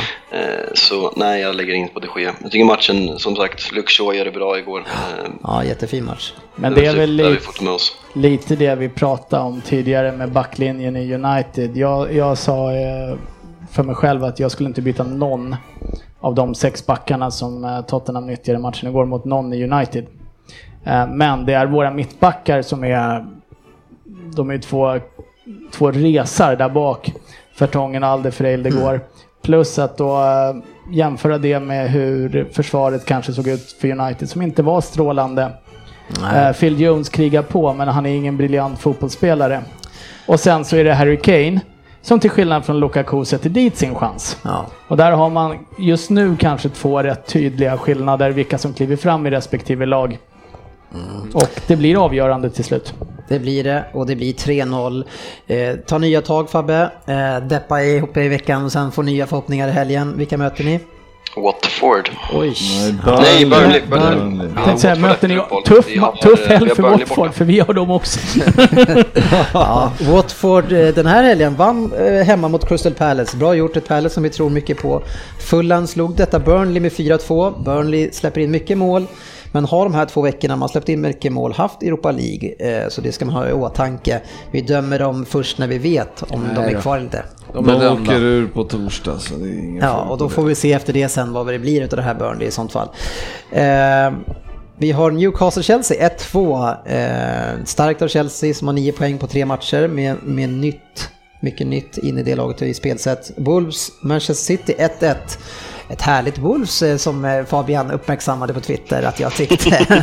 Så nej, jag lägger in på De Gea. Jag tycker matchen, som sagt, Luke Shaw gör det bra igår. Ja, jättefin match. Men det är väl lite det vi pratade om tidigare med backlinjen i United. Jag sa för mig själv att jag skulle inte byta någon av de 6 backarna som Tottenham nyttjade matchen igår mot någon i United. Men det är våra mittbackar som de är två resar där bak. Vertonghen och Alderweireld går. Plus att då jämföra det med hur försvaret kanske såg ut för United, som inte var strålande. Phil Jones krigar på, men han är ingen briljant fotbollsspelare. Och sen så är det Harry Kane som till skillnad från Lukaku sätter dit sin chans. Och där har man just nu kanske 2 rätt tydliga skillnader vilka som kliver fram i respektive lag. Och det blir avgörande till slut. Det blir det, och det blir 3-0. Ta nya tag, Fabbe. Deppa ihop i veckan och sen får nya förhoppningar i helgen. Vilka möter ni? Watford. Oj. Nej, Burnley. Jag tänkte möter ni tuff helg för Watford, för vi har dem också. Ja, Watford den här helgen vann hemma mot Crystal Palace. Bra gjort, ett Palace som vi tror mycket på. Fulham slog detta Burnley med 4-2. Burnley släpper in mycket mål, men har de här 2 veckorna man släppt in mycket mål haft Europa League, så det ska man ha i åtanke. Vi dömer dem först när vi vet om de är kvar eller inte. De åker ur på torsdag, så det är ingen ja, och då får vi se efter det sen vad det blir utav det här Burnley i sånt fall. Vi har Newcastle-Chelsea 1-2. Starkt av Chelsea som har 9 poäng på 3 matcher med mycket nytt in i det laget i spelsätt. Wolves, Manchester City 1-1. Ett härligt Wolves som Fabian uppmärksammade på Twitter att jag tyckte.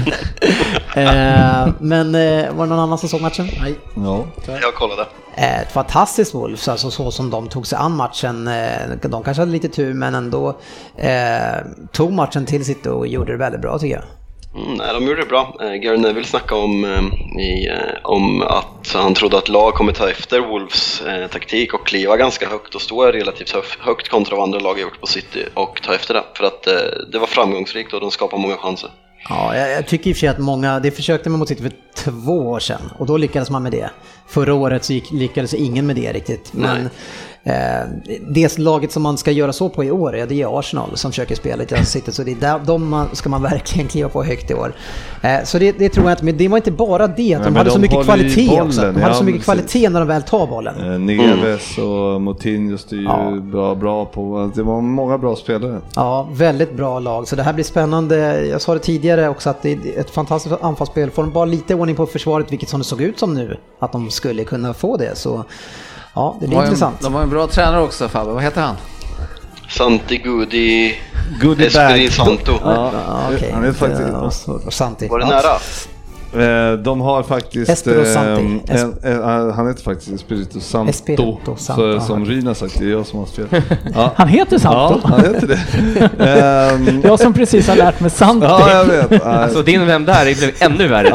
Men var det någon annan som såg matchen? Nej. Ja, jag kollade. Ett fantastiskt Wolves, alltså så som de tog sig an matchen. De kanske hade lite tur, men ändå tog matchen till sitt och gjorde det väldigt bra, tycker jag. Nej, de gjorde det bra. Gary Neville snackade om att han trodde att lag kommer ta efter Wolves taktik och kliva ganska högt och stå relativt högt kontra vad andra lag har gjort på City och ta efter det. För att det var framgångsrikt och de skapade många chanser. Ja, jag tycker i och för sig att många, det försökte man mot City för 2 år sedan och då lyckades man med det. Förra året så lyckades ingen med det riktigt. Men Det laget som man ska göra så på i år, det är Arsenal som försöker spela lite City, så det är där, de ska man verkligen kliva på högt i år. Så det tror jag inte, men det var inte bara det att de hade så mycket kvalitet bollen, också. De hade så mycket kvalitet när de väl tar bollen. Neves och Moutinho styr ju bra på. Det var många bra spelare. Ja, väldigt bra lag. Så det här blir spännande. Jag sa det tidigare också att det är ett fantastiskt anfallsspel. Får de bara lite ordning på försvaret, vilket som det såg ut som nu, att de skulle kunna få det. Så ja, det blir intressant. De har en bra tränare också, Fabbe. Vad heter han? Santi Gudi Espirito Santo. Okay. Han är faktiskt Santi. Var det nära? De har faktiskt han heter faktiskt Espirito Santo, som Rina sagt, det är jag som har fel. Han heter Santo. Ja, han heter det. Jag som precis har lärt mig Santo. Ja, jag vet. Alltså din vem där blev ännu värre.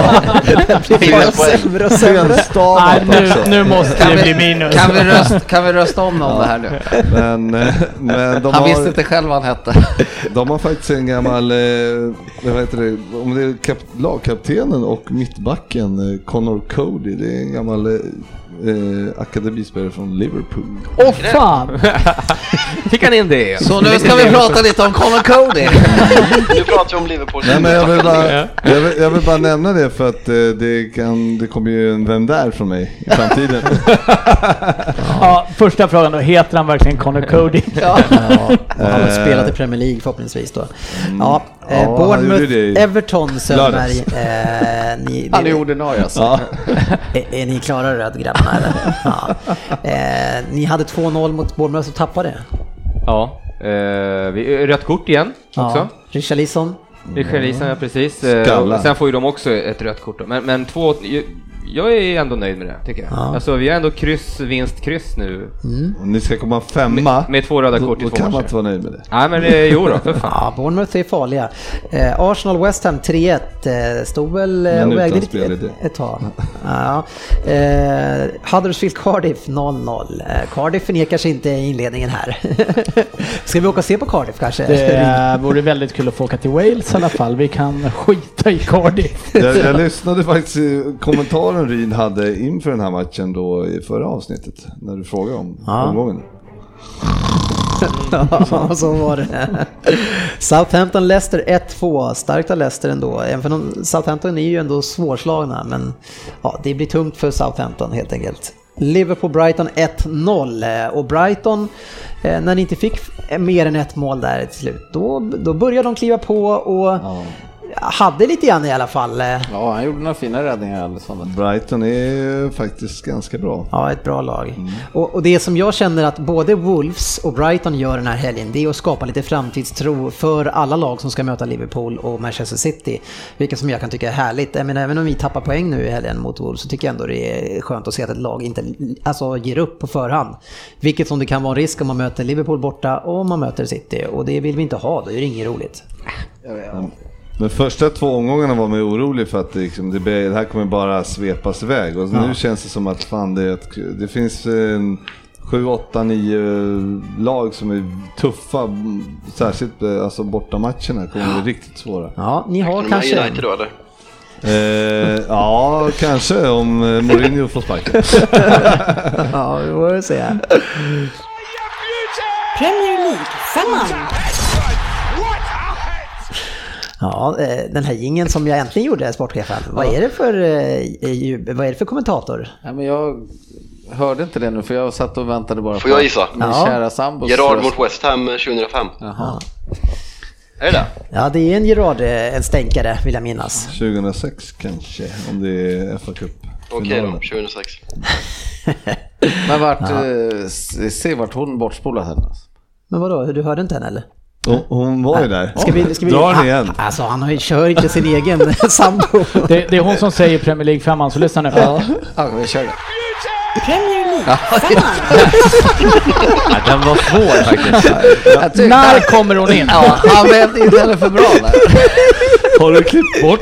Nu måste det bli minus. Kan vi rösta om det här nu? Men han visste inte själv vad han hette. De har faktiskt en gammal vad heter det, om det är lagkaptenen och mittbacken Connor Cody, det är en gammal akademispelare från Liverpool. Åh fan! Fick han in det? Så nu ska vi prata lite om Connor Cody. Nu pratar vi om Liverpool. Nej, men jag vill bara nämna det för att det kommer ju en vem där från mig i framtiden. Ja, första frågan då, heter han verkligen Connor Cody? Han har spelat i Premier League förhoppningsvis då. Bournemouth, Everton, Sölberg. Han är ordinarie alltså. Är ni klara rödgrabbarna eller? Ni hade 2-0 mot Bournemouth och tappade. Ja, rött kort igen också. Richarlison, ja, precis. Sen får ju de också ett rött kort då. Men jag är ändå nöjd med det, tycker jag. Alltså vi har ändå vinst nu. Om ni ska komma femma med 2 röda kort i 2 matcher. Kan man inte vara nöjd med det. Nej, men det är ju då, för fan. Ja, Bournemouth är farliga. Arsenal West Ham 3-1 stod väl och vägde ett tag. Huddersfield Cardiff 0-0. Cardiff förnekar sig inte i inledningen här. Ska vi åka och se på Cardiff kanske? Det vore väldigt kul att få åka till Wales i alla fall. Vi kan skita i Cardiff. Jag lyssnade faktiskt kommentaren Ryn hade inför den här matchen då i förra avsnittet när du frågade om omgången. Ja, så var det. Southampton Leicester 1-2. Starkt av Leicester ändå. Även för Southampton är ju ändå svårslagna, men det blir tungt för Southampton helt enkelt. Liverpool Brighton 1-0 och Brighton när ni inte fick mer än ett mål där till slut, då började de kliva på och hade lite grann i alla fall. Ja, han gjorde några fina räddningar alldeles. Brighton är faktiskt ganska bra. Ja, ett bra lag. Och det som jag känner att både Wolves och Brighton gör den här helgen, det är att skapa lite framtidstro för alla lag som ska möta Liverpool och Manchester City. Vilket som jag kan tycka är härligt. Men även om vi tappar poäng nu i helgen mot Wolves, så tycker jag ändå det är skönt att se att ett lag inte ger upp på förhand. Vilket som det kan vara en risk om man möter Liverpool borta och om man möter City. Och det vill vi inte ha, det är inget roligt. Men första 2 omgångarna var man orolig för att det här kommer bara svepas iväg. Och nu känns det som att det finns 7, 8, 9 lag som är tuffa. Särskilt alltså bortamatcherna kommer bli riktigt svåra. Ja, ni har kanske... United då, eller? Ja, kanske om Mourinho får sparka. Ja, det får jag säga. Premier League, femman. Ja, den här jingeln som jag äntligen gjorde, sportchefen. Vad är det för kommentator? Ja, men jag hörde inte det nu, för jag satt och väntade bara. Får jag gissa? Min kära sambos Gerard mot West Ham 2005. Jaha. Är det? Ja, det är en Gerard, en stänkare vill jag minnas. 2006 kanske, om det är FA Cup. Okej då, 2006. Men vart hon bortspolad henne? Men vadå, du hörde inte henne eller? Hon var ju där. Ska vi dra den igen? Alltså han kör inte sin egen sambo. Det är hon som säger Premier League 5, så lyssna nu. Ja, vi kör det. Premier League 5. Den var svår faktiskt. När kommer hon in? Ja, han vet inte heller för bra där. Har du klippt bort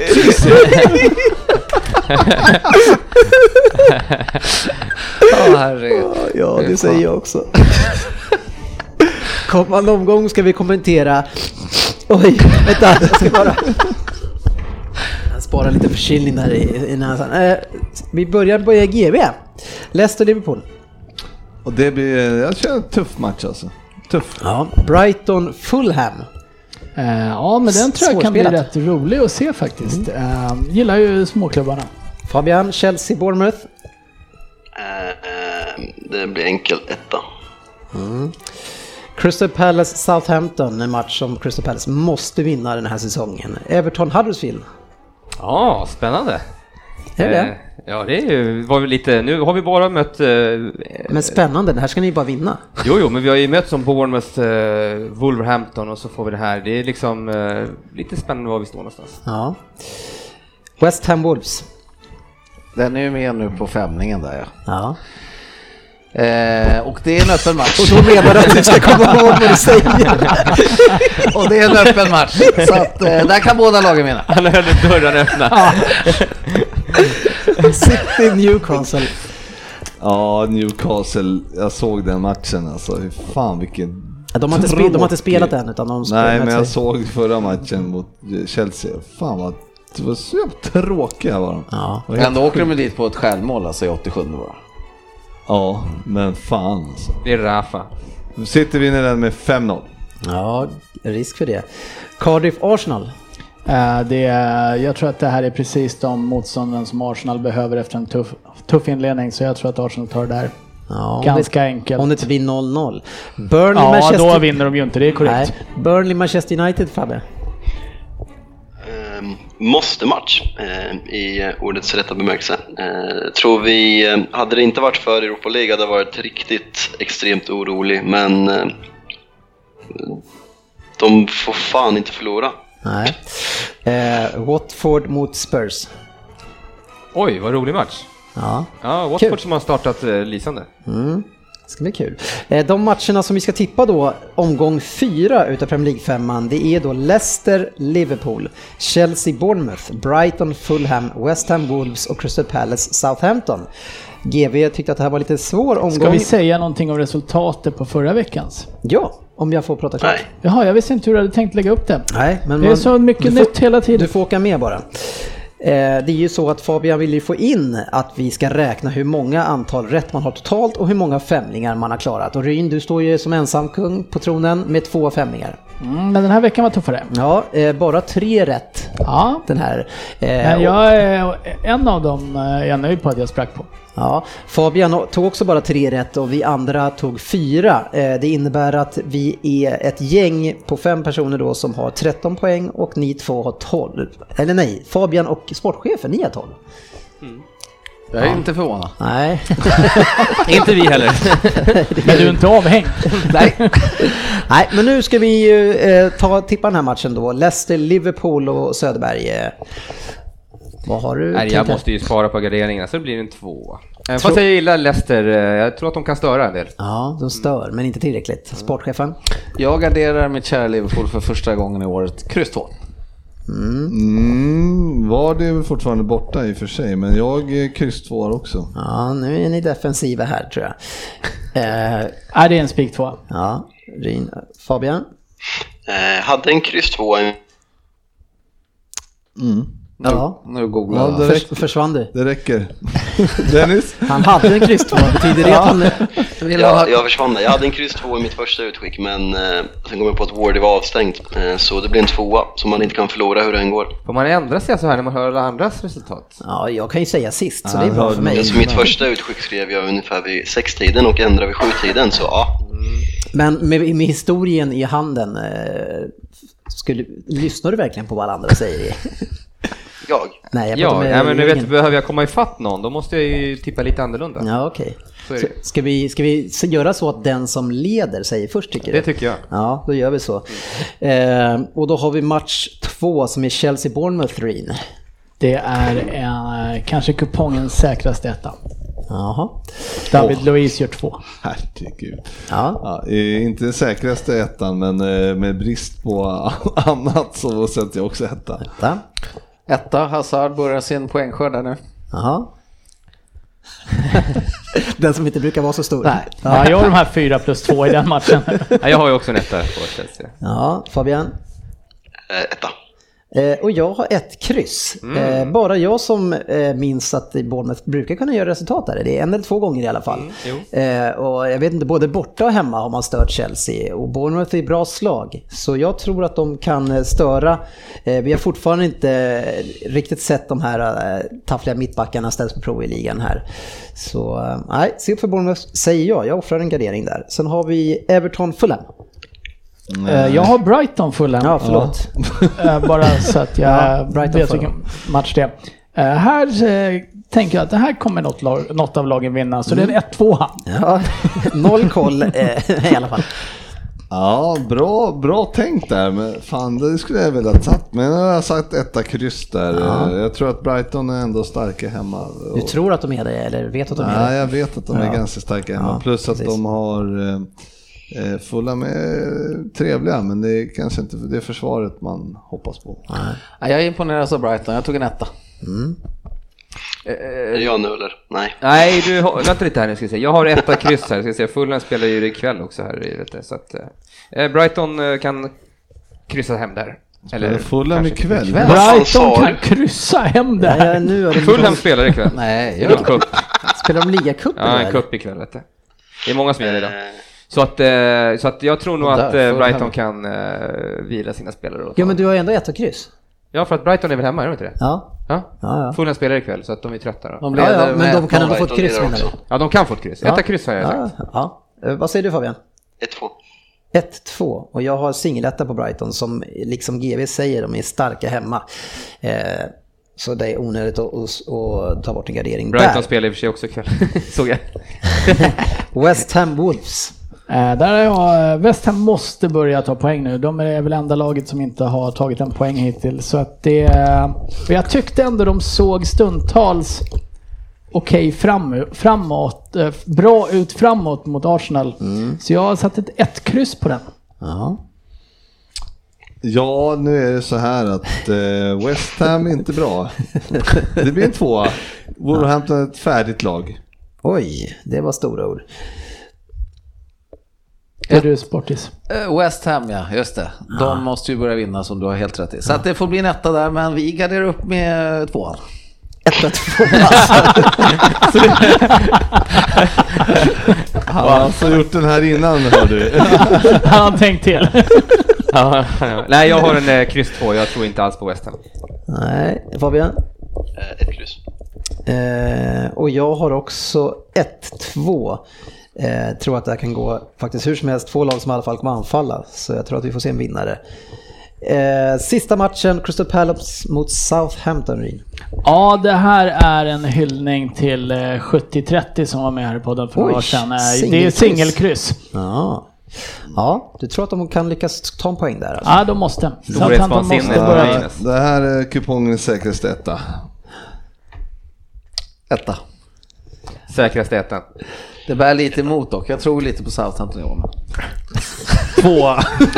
Ja, det säger jag också. Kommande omgång ska vi kommentera. Oj, vänta, jag ska bara spara lite förkylning där i näsan. Vi börjar på GB. Leicester Liverpool. Och det blir, jag känner en tuff match alltså. Tuff. Ja, Brighton Fulham. Ja, men den tror jag kan bli rätt rolig att se faktiskt. Gillar ju småklubbarna. Fabian, Chelsea Bournemouth. Det blir enkel etta. Crystal Palace Southampton, en match som Crystal Palace måste vinna den här säsongen. Everton Huddersfield. Ja, spännande. Är det? Ja, det var väl lite, nu har vi bara mött... men spännande, det här ska ni bara vinna. Jo, men vi har ju mött som Bournemouth, Wolverhampton och så får vi det här. Det är liksom lite spännande var vi står någonstans. Ja. West Ham Wolves. Den är ju med nu på femningen där, ja. Och det är en öppen match. Och då menar du att du ska komma ihåg vad du säger. Och det är en öppen match. Så att där kan båda lagen vinna. Han hörde dörren öppna. City Newcastle. Ja, Newcastle. Jag såg den matchen alltså. Fan vilken... De har inte spelat än utan de nej, men jag såg förra matchen mot Chelsea. Fan vad... Det var så tråkiga var de. Ja. Ändå åker de dit på ett självmål alltså i 87 bara. Ja, men fan alltså. Det är Rafa. Nu sitter vi den med 5-0. Ja, risk för det. Cardiff Arsenal. Jag tror att det här är precis de motstånden som Arsenal behöver efter en tuff inledning. Så jag tror att Arsenal tar det där. Ja, ganska enkelt. Om det inte blir 0-0. Burnley, ja, Manchester... då vinner de ju inte, det är korrekt. Nej. Burnley Manchester United, Fabbe. Måste match i ordets rätta bemärkelse. Tror vi, hade det inte varit för Europa League hade det varit riktigt extremt orolig, men de får fan inte förlora. Nej. Watford mot Spurs. Oj, vad rolig match. Ja, Watford kul. Som har startat lysande. Det ska bli kul. De matcherna som vi ska tippa då, omgång 4 utav Premier League-femman, det är då Leicester, Liverpool, Chelsea, Bournemouth, Brighton, Fulham, West Ham, Wolves och Crystal Palace, Southampton. GV tyckte att det här var lite svår omgång. Ska vi säga någonting om resultatet på förra veckans? Ja, om jag får prata klart. Nej. Jaha, jag visste inte hur du hade tänkt lägga upp det. Nej, men det är så mycket nytt hela tiden. Du får åka med bara. Det är ju så att Fabian vill ju få in att vi ska räkna hur många antal rätt man har totalt och hur många femlingar man har klarat. Och Ryn, du står ju som ensam kung på tronen med 2 femlingar. Men den här veckan var tuffare. Ja, bara 3 rätt. Ja. Den här. Men jag är en av dem jag är nöjd på att jag sprack på. Ja, Fabian tog också bara 3 rätt och vi andra tog 4. Det innebär att vi är ett gäng på 5 personer då som har 13 poäng och ni 2 har 12. Eller nej, Fabian och sportchefen, ni har 12. Jag är inte förvånad. Nej. Inte vi heller. Men du är inte avhängd. Nej. Nej, men nu ska vi tippa den här matchen då. Leicester, Liverpool och Söderberg. Vad har du? Nej, jag måste ju spara på garderingarna så det blir en 2. Fast jag gillar Leicester, jag tror att de kan störa en del. Ja, de stör, men inte tillräckligt. Sportchefen? Jag garderar mitt kära Liverpool för första gången i året. Kryss 2. Var det väl fortfarande borta i och för sig, men jag är kryss 2 också. Ja, nu är ni defensiva här tror jag. Är det en spik 2? Ja, Ryn. Fabian? Hade en kryss 2. Ja, nu googlar jag. Försvann du? Det räcker. Dennis? Han hade en kryss 2, betyder det att han... Jag försvann. Jag hade en kryss 2 i mitt första utskick, men sen kom jag på att Wardy var avstängt. Så det blir en 2 som man inte kan förlora hur den går. Får man ändra sig så här när man hör alla andras resultat? Ja, jag kan ju säga sist, så det är bra för mig. Så mitt första utskick skrev jag ungefär vid 6-tiden och ändrade vid 7-tiden, så ja. Men med historien i handen, lyssnar du verkligen på vad alla andra säger? Jag? Nej, men nu behöver jag komma ifatt någon, då måste jag ju tippa lite annorlunda. Ja, okej. Ska vi göra så att den som leder säger först, tycker du? Det tycker jag. Ja, då gör vi så. Och då har vi match 2 som är Chelsea-Bournemouth. Det är kanske kupongens säkraste etta. Jaha. David Luiz gör 2. Herregud. Ja. Inte den säkraste ettan, men med brist på annat så sätter jag också etta. Etta, Hazard börjar sin poängskörd där nu. Jaha. Den som inte brukar vara så stor. Nej. Ja, jag har de här 4+2 i den matchen. Ja, jag har ju också en etta på Chelsea. Ja, Fabian? Etta. Och jag har ett kryss. Bara jag som minns att Bournemouth brukar kunna göra resultat där. Det är 1 eller 2 gånger i alla fall. Och jag vet inte, både borta och hemma har man stört Chelsea. Och Bournemouth är bra slag. Så jag tror att de kan störa. Vi har fortfarande inte riktigt sett de här taffliga mittbackarna ställs på prov i ligan här. Så nej, se upp för Bournemouth säger jag. Jag offrar en gardering där. Sen har vi Everton Fulham. Jag har Brighton Fulham. Ja, förlåt. Bara så att jag vet vilken match det är. Här tänker jag att det här kommer något av lagen vinna. Så det är en 1-2. Ja, 0 koll i alla fall. Ja, bra tänkt där. Men fan, det skulle jag väl ha tagit. Men jag har sagt 1 kryss där. Jag tror att Brighton är ändå starka hemma. Du tror att de är det, eller vet att de är det? Ja, jag vet att de är ganska starka hemma. Plus att de har... Fulham är trevliga, men det är kanske inte det försvaret man hoppas på. Jag är imponerad av Brighton, jag tog en 1. Är jag nu eller? Nej, du vänta lite här nu ska jag säga. Jag har 1 kryss här, ska jag säga. Fulham spelar ju ikväll också här, vet du, så att Brighton kan kryssa hem där. Eller Fulham ikväll. Brighton kan kryssa hem där. Nu Fulham spelar ikväll. Nej, spelar de ligacup? Ja, en cup ikväll, vet du. Det är många som gör det idag. Så att jag tror nog att Brighton kan vila sina spelare. Ja, men du har ändå 1 kryss. Ja, för att Brighton är väl hemma, är de inte det? Ja. Fulham spelar ikväll, så att de är trötta då. Men de kan ändå få ett kryss, menar du? Ja, de kan få ett kryss. 1 kryss har jag sagt. Vad säger du, Fabian? 1-2. 1-2. Och jag har singeletta på Brighton som liksom GV säger, de är starka hemma. Så det är onödigt att ta bort en gardering. Brighton spelar i och för sig också ikväll. Såg jag. West Ham Wolves. West Ham måste börja ta poäng nu. De är väl enda laget som inte har tagit en poäng hittills. Så att jag tyckte ändå de såg stundtals okej framåt, bra ut framåt mot Arsenal. Så jag har satt ett 1 kryss på den. Ja, nu är det så här att West Ham är inte bra. Det blir en 2. Wolverhampton är ett färdigt lag. Oj, det var stora ord. Är du sportis? West Ham, ja, just det. De måste ju börja vinna, som du har helt rätt i. Så att det får bli en 1 där, men vi garderar upp med 2. 1-2. Han har alltså gjort den här innan, hör du. Han har tänkt till. Nej, jag har en kryss 2. Jag tror inte alls på West Ham. Nej, Fabian? 1 kryss. Och jag har också 1-2. Tror att det här kan gå faktiskt hur som helst. 2 lag som i alla fall kommer anfalla. Så jag tror att vi får se en vinnare. Sista matchen, Crystal Palace mot Southampton. Ja, det här är en hyllning till 70-30 som var med här i podden för några år sedan. Det är singelkryss. Ja, du tror att de kan lyckas ta en poäng där? Alltså? Ja, de måste. Det här är kupongens säkraste 1. 1. Säkraste 1. Det bär lite emot dock. Jag tror lite på Southampton i år. 2.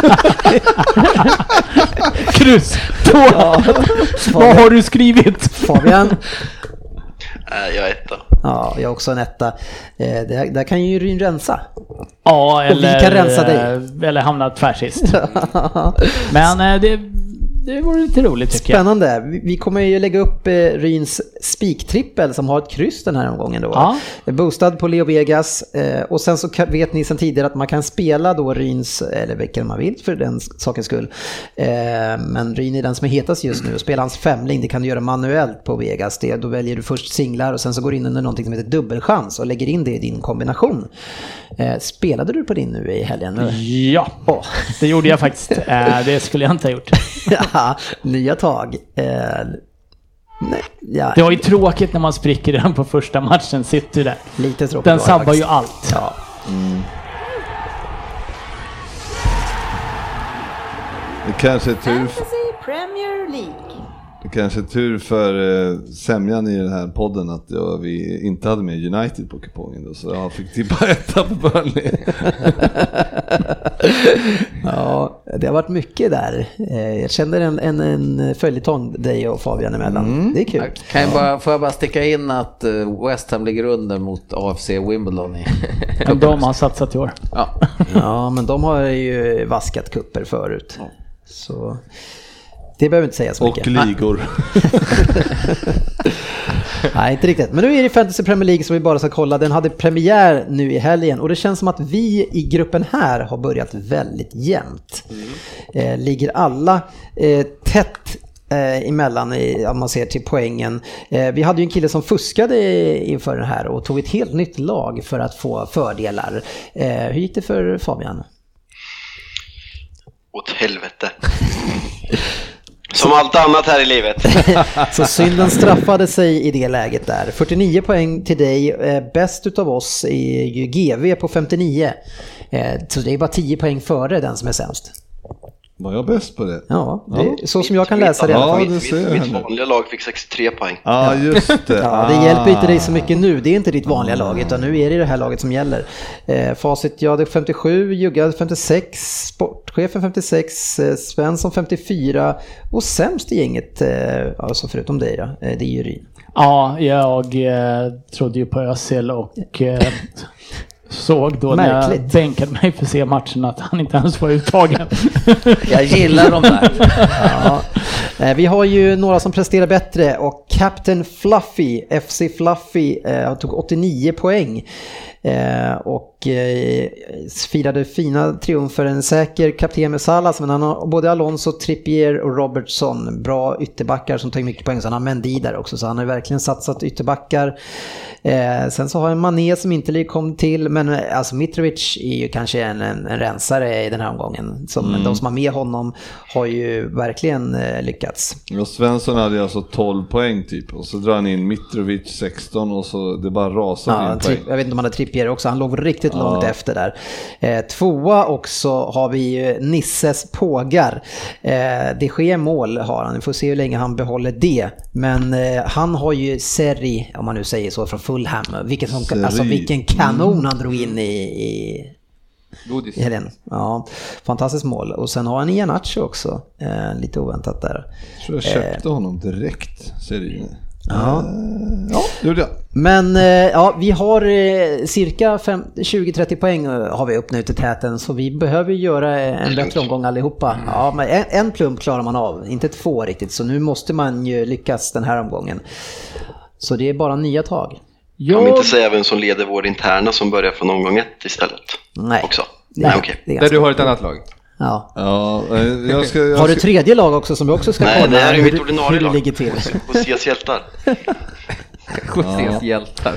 Kryss 2. Vad har du skrivit? Fabian? Jag är 1. Ja, jag är också en 1. Där kan ju Ryn rensa. Ja, eller vi kan rensa dig. Eller hamna tvärsist. Men det vore lite roligt, tycker jag. Spännande. Vi kommer ju lägga upp Ryns spiktrippel som har ett kryss den här omgången då. Ja. Boostad på Leo Vegas. Och sen så vet ni sedan tidigare att man kan spela då Ryns, eller vilken man vill för den sakens skull. Men Ryn är den som är hetast just nu. Och spela hans femling, det kan du göra manuellt på Vegas. Då väljer du först singlar och sen så går du in under någonting som heter dubbelchans och lägger in det i din kombination. Spelade du på din nu i helgen? Ja, det gjorde jag faktiskt. Det skulle jag inte ha gjort. Ja, nya tag. Nej, ja. Det var ju tråkigt när man spricker den på första matchen. Sitter där. Lite tråkigt. Den sabbar ju allt. Ja. Det kanske är tur. Fantasy Premier League. Det kanske är tur för sämjan i den här podden att vi inte hade med United på kupongen då, så jag fick tippa 1 på Burnley. Ja, det har varit mycket där. Jag känner en följetong dig och Fabian emellan. Det är kul. Får jag bara sticka in att West Ham ligger under mot AFC Wimbledon i de har satsat i år. Ja, men de har ju vaskat kupper förut. Så det behöver inte säga så mycket. Och ligor. Nej, inte riktigt. Men nu är det Fantasy Premier League som vi bara ska kolla. Den hade premiär nu i helgen och det känns som att vi i gruppen här har börjat väldigt jämnt. Ligger alla tätt emellan om man ser till poängen. Vi hade ju en kille som fuskade inför den här och tog ett helt nytt lag för att få fördelar. Hur gick det för Fabian? Åt helvete. Som allt annat här i livet. Så synden straffade sig i det läget där. 49 poäng till dig. Bäst utav oss är ju GV på 59. Så det är bara 10 poäng före den som är sämst. Var jag bäst på det? Ja, det, så som jag kan läsa det i alla fall. Mitt vanliga lag fick 63 poäng. Ja, just det. Ja, det hjälper inte dig så mycket nu. Det är inte ditt vanliga lag, utan nu är det laget som gäller. Facit, jag hade 57, Jugge hade 56, sportchefen 56, Svensson 54 och sämst i gänget, alltså förutom dig då, det är ju Ryn. Ja, jag trodde ju på Özil och såg då när jag bänkade mig för att se matchen att han inte ens var uttagen. Jag gillar dem där. Ja. Vi har ju några som presterar bättre och Captain Fluffy, FC Fluffy, tog 89 poäng. Och firade fina triumfer, en säker kapten med Salas, men han har både Alonso, Trippier och Robertson, bra ytterbackar som tar mycket poäng, så han har Mendy där också, så han har verkligen satsat ytterbackar. Sen så har en Mané som inte kom till, men alltså Mitrovic är ju kanske en rensare i den här omgången, som de som har med honom har ju verkligen lyckats. Och Svensson hade alltså 12 poäng typ, och så drar han in Mitrovic 16 och så det bara rasar in poäng. Jag vet inte om han hade Trippier också, han låg riktigt långt efter där. Tvåa också har vi ju Nisses Pågar. Det sker mål har han, vi får se hur länge han behåller det. Men han har ju Seri, om man nu säger så, från Fulham. Vilken kanon han drog in i den. Ja, fantastiskt mål. Och sen har han Iheanacho också, lite oväntat där. Så jag köpte honom direkt, Seri. Ja, gjorde jag. Men vi har cirka 20-30 poäng har vi upp nu till täten, så vi behöver göra en bättre omgång allihopa. Ja, men en plump klarar man av, inte 2 riktigt, så nu måste man ju lyckas den här omgången. Så det är bara nya tag. Kan vi inte säga vem som leder vår interna som börjar från omgång 1 istället? Nej. Också. Nej, okay. Där du har ett annat lag. Ja. Har du tredje lag också som vi också ska kolla? Nej, det här är mitt ordinarie lag. Ligger till. José's hjältar. José's hjältar.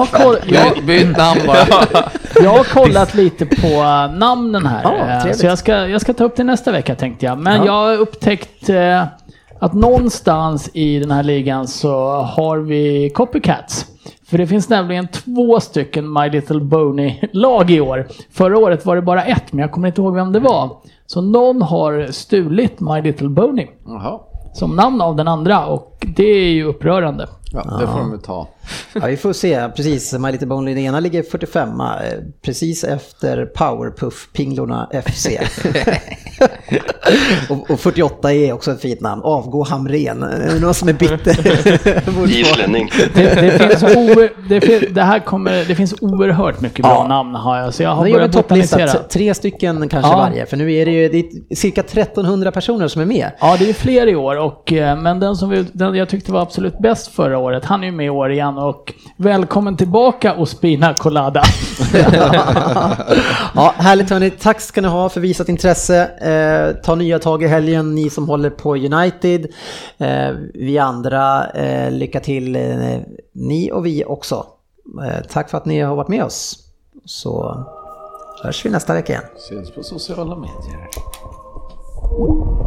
Byt namn bara. Jag har kollat lite på namnen här. Så jag ska ta upp det nästa vecka, tänkte jag. Men jag har upptäckt att någonstans i den här ligan så har vi copycats. För det finns nämligen 2 stycken My Little Pony-lag i år. Förra året var det bara 1, men jag kommer inte ihåg vem det var. Så någon har stulit My Little Pony som namn av den andra, och det är ju upprörande. Ja, det får de ta. Ja, vi får se. Precis, My Little Pony, den ena ligger 45, precis efter Powerpuff Pinglorna FC. och 48 är också ett fint namn. Avgå Hamren. Någon som är bitter. Islänning. Det finns oerhört mycket bra namn har jag. Så jag har börjat botanisera. 3 stycken kanske varje. För nu är det är cirka 1300 personer som är med. Ja, det är fler i år. Men den jag tyckte var absolut bäst förra året, han är ju med i år igen, och välkommen tillbaka Ospina Colada. Ja, härligt hörni, tack ska ni ha för visat intresse. Ta nya tag i helgen, ni som håller på United. Vi andra, lycka till, ni och vi också. Tack för att ni har varit med oss. Så hörs vi nästa vecka igen. Syns på sociala medier.